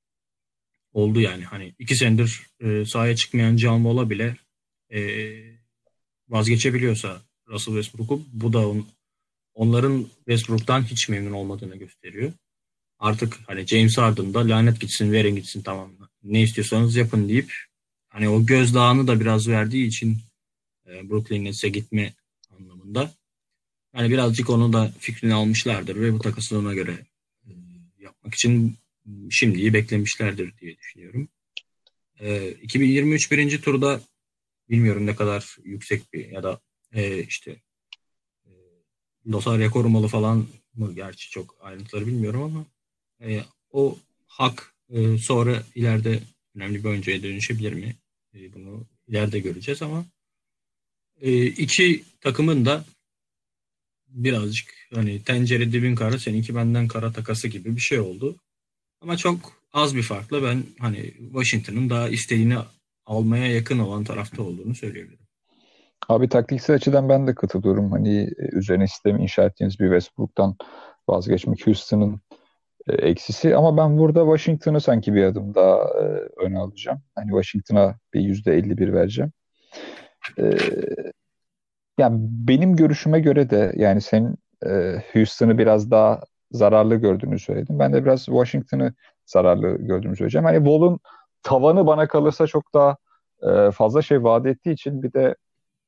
B: oldu yani. Hani iki senedir e, sahaya çıkmayan John Wall'a bile e, vazgeçebiliyorsa Russell Westbrook'u, bu da on, onların Westbrook'tan hiç memnun olmadığını gösteriyor. Artık hani James Harden da lanet gitsin, verin gitsin, tamam mı? Ne istiyorsanız yapın deyip hani o gözdağını da biraz verdiği için e, Brooklyn Nets'e gitme anlamında. Yani birazcık onu da fikrini almışlardır ve bu takası ona göre e, yapmak için şimdiyi beklemişlerdir diye düşünüyorum. E, iki bin yirmi üç birinci turda bilmiyorum ne kadar yüksek bir ya da e, işte e, Lotharya korumalı falan mı, gerçi çok ayrıntıları bilmiyorum ama e, o hak e, sonra ileride önemli bir oyuncuya dönüşebilir mi? E, bunu ileride göreceğiz ama e, iki takımın da birazcık hani tencere dibin kara seninki benden kara takası gibi bir şey oldu. Ama çok az bir farkla ben hani Washington'ın daha istediğini almaya yakın olan tarafta olduğunu söyleyebilirim.
A: Abi taktiksel açıdan ben de katılıyorum. Hani e, üzerine sistemi inşa ettiğiniz bir Westbrook'tan vazgeçmek Houston'ın e, eksisi. Ama ben burada Washington'ı sanki bir adım daha e, öne alacağım. Hani Washington'a bir yüzde elli bir vereceğim. E, Yani benim görüşüme göre de, yani senin e, Houston'ı biraz daha zararlı gördüğünü söyledim. Ben de biraz Washington'ı zararlı gördüğümü söyleyeceğim. Hani Wall'un tavanı bana kalırsa çok daha e, fazla şey vaat ettiği için bir de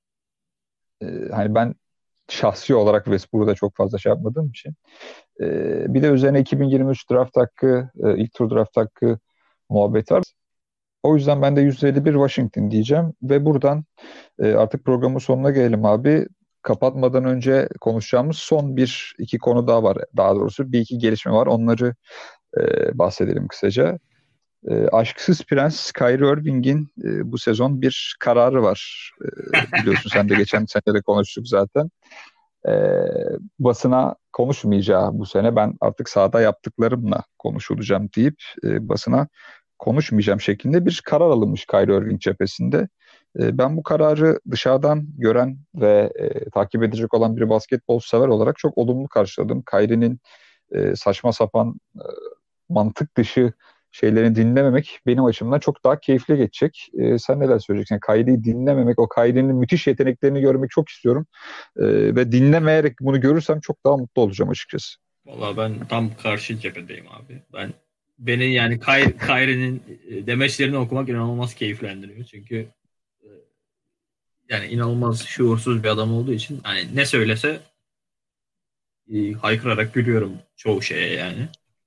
A: e, hani ben şahsi olarak Westbrook'u da çok fazla şey yapmadığım için e, bir de üzerine iki bin yirmi üç draft hakkı, e, ilk tur draft hakkı muhabbet var. O yüzden ben de yüz elli bir Washington diyeceğim ve buradan e, artık programın sonuna gelelim abi. Kapatmadan önce konuşacağımız son bir iki konu daha var. Daha doğrusu bir iki gelişme var. Onları e, bahsedelim kısaca. E, Aşksız Prens Kyrie Irving'in e, bu sezon bir kararı var. E, biliyorsun sen de geçen sene de konuştuk zaten. E, basına konuşmayacağı bu sene ben artık sahada yaptıklarımla konuşulacağım deyip e, basına konuşmayacağım şeklinde bir karar alınmış Kyrie Irving cephesinde. E, ben bu kararı dışarıdan gören ve e, takip edecek olan bir basketbol sever olarak çok olumlu karşıladım. Kyrie'nin e, saçma sapan e, mantık dışı şeylerini dinlememek benim açımdan çok daha keyifli geçecek. E, sen neler söyleyeceksin? Kyrie'yi dinlememek, o Kyrie'nin müthiş yeteneklerini görmek çok istiyorum. E, ve dinlemeyerek bunu görürsem çok daha mutlu olacağım açıkçası.
B: Valla ben tam karşı cephedeyim abi. Ben beni yani Kay, Kyrie'nin demeçlerini okumak inanılmaz keyiflendiriyor. Çünkü e, yani inanılmaz şuursuz bir adam olduğu için hani ne söylese e, haykırarak gülüyorum çoğu şeye yani.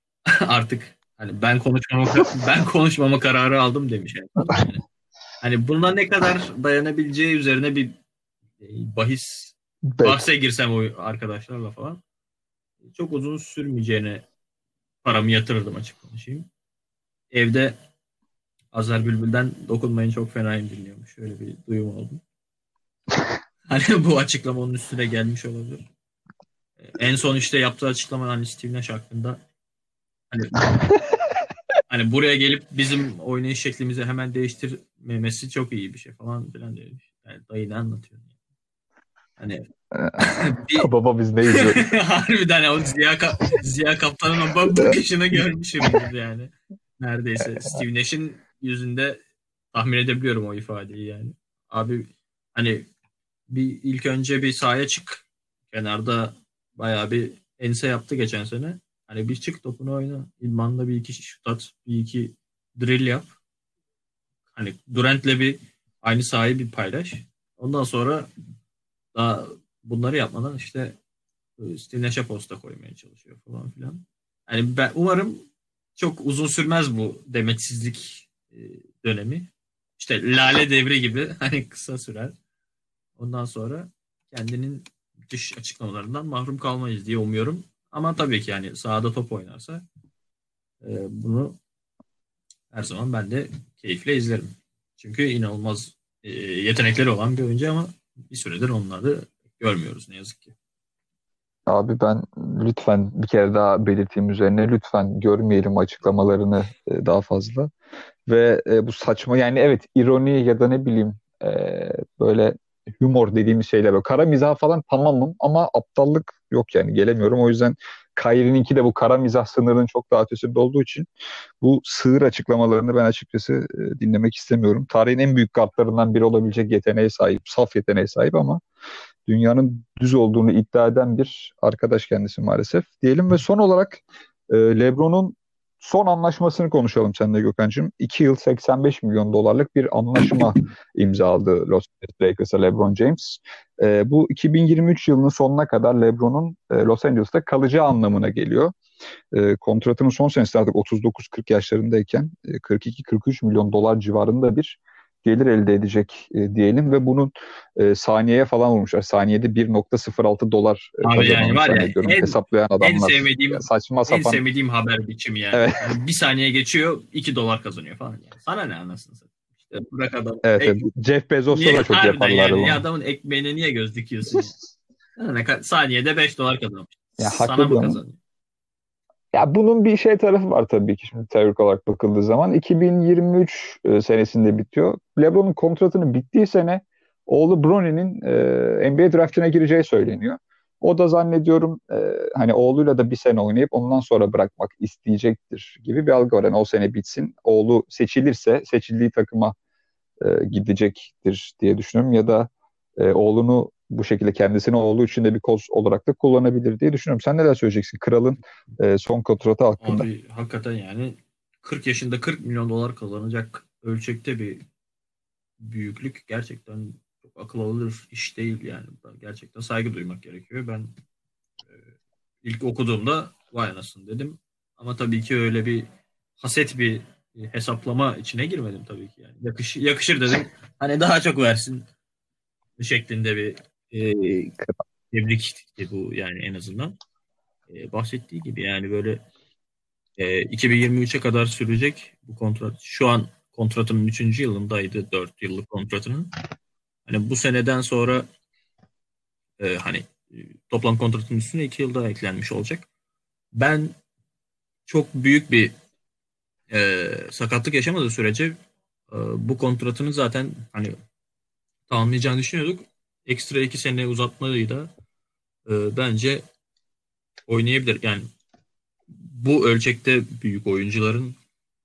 B: Artık hani ben konuşmama ben konuşmama kararı aldım demiş yani. Yani hani buna ne kadar dayanabileceği üzerine bir e, bahis
A: Evet.
B: bahse girsem o arkadaşlarla falan çok uzun sürmeyeceğine paramı yatırırdım açık konuşayım. Evde Azer Bülbül'den dokunmayın çok fenayım dinliyormuş. Öyle bir duyum oldu. Hani bu açıklama onun üstüne gelmiş olabilir. En son işte yaptığı açıklama hani Steve Nash hakkında hani hani buraya gelip bizim oynayış şeklimizi hemen değiştirmemesi çok iyi bir şey falan filan demiş. Yani dayı ne anlatıyor? Hani bir
A: Baba biz ne izliyoruz?
B: harbiden o Ziya, Ka- Ziya Kaptan'ın o bakışını görmüşümdür yani. Neredeyse Steve Nash'in yüzünde tahmin edebiliyorum o ifadeyi yani. Abi hani bir ilk önce bir sahaya çık. Kenarda bayağı bir ense yaptı geçen sene. Hani bir çık topunu oyna. İdmanla bir iki şut at. Bir iki drill yap. Hani Durant'le bir aynı sahayı bir paylaş. Ondan sonra daha bunları yapmadan işte Steve Nash'e posta koymaya çalışıyor falan filan. Yani ben umarım çok uzun sürmez bu demetsizlik e, dönemi. İşte Lale devri gibi hani kısa sürer. Ondan sonra kendinin müthiş açıklamalarından mahrum kalmayız diye umuyorum. Ama tabii ki yani sahada top oynarsa e, bunu her zaman ben de keyifle izlerim. Çünkü inanılmaz e, yetenekleri olan bir oyuncu ama bir süredir onları görmüyoruz ne yazık ki.
A: Abi ben lütfen bir kere daha belirteyim üzerine lütfen görmeyelim açıklamalarını e, daha fazla. Ve e, bu saçma yani evet ironi ya da ne bileyim e, böyle humor dediğimiz şeyler böyle kara mizah falan tamamım ama aptallık yok yani gelemiyorum. O yüzden Kyrie'ninki de bu kara mizah sınırının çok daha ötesinde olduğu için bu sığır açıklamalarını ben açıkçası e, dinlemek istemiyorum. Tarihin en büyük kartlarından biri olabilecek yeteneğe sahip, saf yeteneğe sahip ama dünyanın düz olduğunu iddia eden bir arkadaş kendisi maalesef diyelim ve son olarak e, LeBron'un son anlaşmasını konuşalım seninle Gökhan'cığım. iki yıl seksen beş milyon dolarlık bir anlaşma imzaladı Los Angeles Lakers'a LeBron James. E, bu iki bin yirmi üç yılının sonuna kadar LeBron'un e, Los Angeles'ta kalacağı anlamına geliyor. E, kontratının son senesinde artık otuz dokuz kırk yaşlarındayken e, kırk iki kırk üç milyon dolar civarında bir gelir elde edecek e, diyelim ve bunun e, saniyeye falan vurmuşlar. Saniyede bir nokta sıfır altı dolar e,
B: Abi yani
A: kazanılmış
B: var ya
A: zannediyorum.
B: en
A: Hesaplayan
B: en
A: adamlar ya
B: sevmediğim
A: saçma
B: en
A: sapan.
B: sevmediğim haber biçimi yani.
A: Evet,
B: Hani bir saniye geçiyor iki dolar kazanıyor falan yani. Sana ne anasını satayım. İşte bırak adam.
A: evet, evet.
B: Ek,
A: Jeff Bezos'ta
B: niye
A: da çok
B: harbiden
A: yaparlar
B: yani ya
A: bunu.
B: adamın ekmeğine niye göz dikiyorsun ya? Sana ne ka- saniyede beş dolar kazanmış.
A: Ya
B: Sana
A: haklı bir
B: mı
A: ama.
B: kazanıyor?
A: Ya bunun bir şey tarafı var tabii ki şimdi teorik olarak bakıldığı zaman. iki bin yirmi üç e, senesinde bitiyor. LeBron'un kontratının bittiği sene oğlu Bronny'nin e, N B A draftına gireceği söyleniyor. O da zannediyorum e, hani oğluyla da bir sene oynayıp ondan sonra bırakmak isteyecektir gibi bir algı var. Yani o sene bitsin. Oğlu seçilirse seçildiği takıma e, gidecektir diye düşünüyorum ya da e, oğlunu bu şekilde kendisine oğlu için de bir koz olarak da kullanabilir diye düşünüyorum. Sen neler söyleyeceksin Kral'ın e, son kontratı hakkında?
B: Abi hakikaten yani kırk yaşında kırk milyon dolar kazanacak ölçekte bir büyüklük gerçekten çok akıl alır iş değil yani. Gerçekten saygı duymak gerekiyor. Ben e, ilk okuduğumda vay anasını dedim. Ama tabii ki öyle bir haset bir hesaplama içine girmedim tabii ki yani. Yakış, yakışır dedim. Hani daha çok versin şeklinde bir e, tebrik bu yani en azından. E, bahsettiği gibi yani böyle e, iki bin yirmi üçe kadar sürecek bu kontrat. Şu an kontratının üçüncü yılındaydı, dört yıllık kontratının. Hani bu seneden sonra e, hani e, toplam kontratın üstüne iki yıl daha eklenmiş olacak. Ben çok büyük bir e, sakatlık yaşamadığı sürece e, bu kontratını zaten hani tamamlayacağını düşünüyorduk. Ekstra iki sene uzatmayla e, bence oynayabilir. Yani bu ölçekte büyük oyuncuların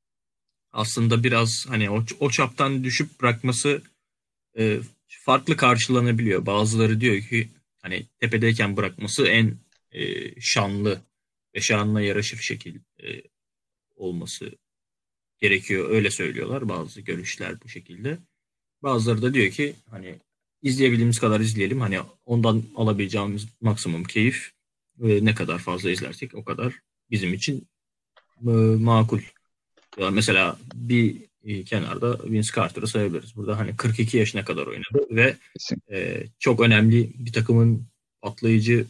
B: aslında biraz hani o, o çaptan düşüp bırakması e, farklı karşılanabiliyor. Bazıları diyor ki hani tepedeyken bırakması en e, şanlı ve şanına yaraşır şekil e, olması gerekiyor. Öyle söylüyorlar. Bazı görüşler bu şekilde. Bazıları da diyor ki hani izleyebildiğimiz kadar izleyelim. Hani ondan alabileceğimiz maksimum keyif ve ne kadar fazla izlersek o kadar bizim için e, makul. Ya mesela bir e, kenarda Vince Carter'ı sayabiliriz. Burada hani kırk iki yaşına kadar oynadı ve
A: Kesin.
B: e, çok önemli bir takımın patlayıcı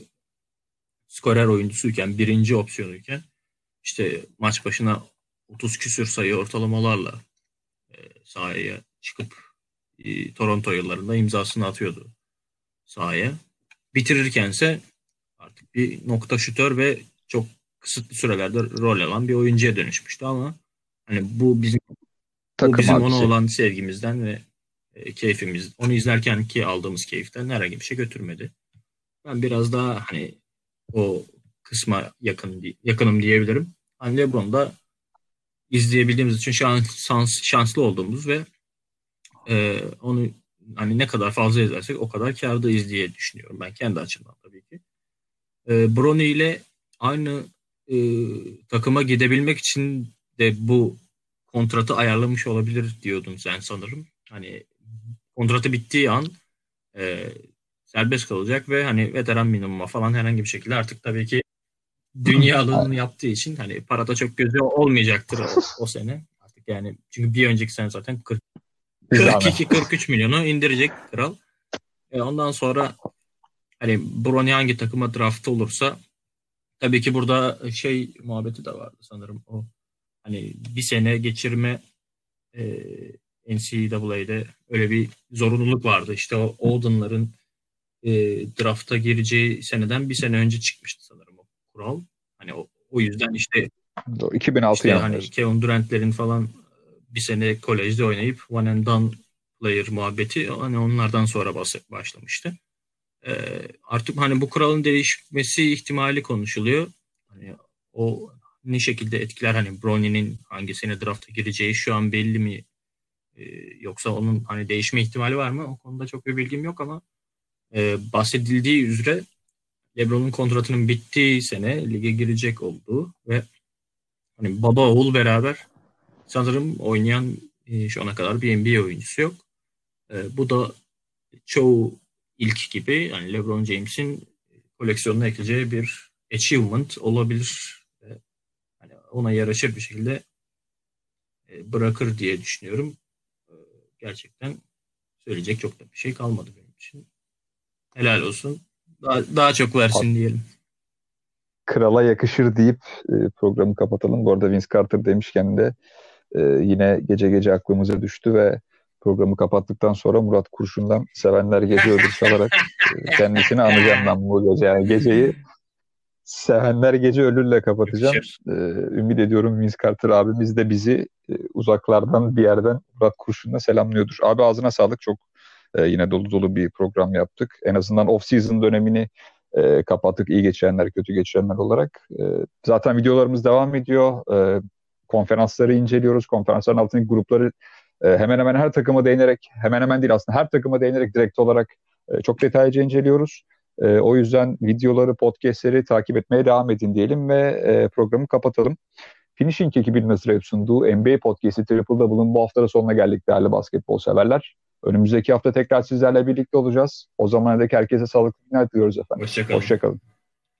B: skorer oyuncusuyken, birinci opsiyonuyken işte maç başına otuz küsür sayı ortalamalarla e, sahaya çıkıp e, Toronto yıllarında imzasını atıyordu sahaya. Bitirirkense artık bir nokta şütör ve çok kısıtlı sürelerde rol alan bir oyuncuya dönüşmüştü ama hani bu bizim bu
A: Takım
B: bizim ona
A: abisi.
B: olan sevgimizden ve e, keyfimiz, onu izlerken ki aldığımız keyiften herhangi bir şey götürmedi. Ben biraz daha hani o kısma yakın yakınım diyebilirim. Hani LeBron'da izleyebildiğimiz için şans, şans şanslı olduğumuz ve e, onu hani ne kadar fazla izlersek o kadar kârdayız diye düşünüyorum ben kendi açımdan tabii ki. E, Bronny ile aynı e, takıma gidebilmek için de bu kontratı ayarlamış olabilir diyordun sen sanırım. Hani kontratı bittiği an e, serbest kalacak ve hani veteran minimuma falan herhangi bir şekilde artık tabii ki dünyalığını yaptığı için hani parada çok gözü olmayacaktır o, o sene. Artık yani çünkü bir önceki sene zaten kırk,
A: Bir zahmet.
B: kırk iki kırk üç milyonu indirecek kral. E, ondan sonra hani Bronny hangi takıma draft olursa tabii ki burada şey muhabbeti de vardı sanırım o hani bir sene geçirme e, N C A A'de öyle bir zorunluluk vardı. İşte o Oden'ların e, drafta gireceği seneden bir sene önce çıkmıştı sanırım o kural. Hani o, o yüzden işte
A: iki bin altı
B: işte hani
A: yanılmıyorsun.
B: Kevin Durant'lerin falan bir sene kolejde oynayıp one and done player muhabbeti hani onlardan sonra bas- başlamıştı. E, artık hani bu kuralın değişmesi ihtimali konuşuluyor. Hani o ne şekilde etkiler hani Bronny'nin hangisine drafta gireceği şu an belli mi? E, yoksa onun hani değişme ihtimali var mı? O konuda çok bir bilgim yok ama e, bahsedildiği üzere LeBron'un kontratının bittiği sene lige girecek olduğu ve hani baba oğul beraber sanırım oynayan e, şu ana kadar bir N B A oyuncusu yok. E, bu da çoğu ilk gibi yani LeBron James'in koleksiyonuna ekleyeceği bir achievement olabilir. E, hani ona yaraşır bir şekilde e, bırakır diye düşünüyorum. E, gerçekten söyleyecek çok da bir şey kalmadı benim için. Helal olsun. Daha, daha çok versin diyelim.
A: Krala yakışır deyip e, programı kapatalım. Bu arada Vince Carter demişken de e, yine gece gece aklımıza düştü ve programı kapattıktan sonra Murat Kurşun'dan Sevenler Gece Ölür çalarak e, kendisini anacağım ben bu gece. Yani geceyi Sevenler Gece Ölür'le kapatacağım.
B: Yakışır.
A: E, ümit ediyorum Vince Carter abimiz de bizi e, uzaklardan bir yerden Murat Kurşun'la selamlıyordur. Abi ağzına sağlık. Çok e, yine dolu dolu bir program yaptık. En azından off-season dönemini e, kapattık. İyi geçirenler, kötü geçirenler olarak. E, zaten videolarımız devam ediyor. E, konferansları inceliyoruz. Konferansların altındaki grupları e, hemen hemen her takıma değinerek, hemen hemen değil aslında her takıma değinerek direkt olarak E, çok detaylıca inceliyoruz. E, o yüzden videoları, podcastleri takip etmeye devam edin diyelim ve e, programı kapatalım. Finishing ekibinin hazırlayıp sunduğu N B A Podcast'i Triple Double'ın bu hafta da sonuna geldik değerli basketbol severler. Önümüzdeki hafta tekrar sizlerle birlikte olacağız. O zamana dek herkese sağlıklı günler diliyoruz efendim.
B: Hoşçakalın.
A: Hoşçakalın.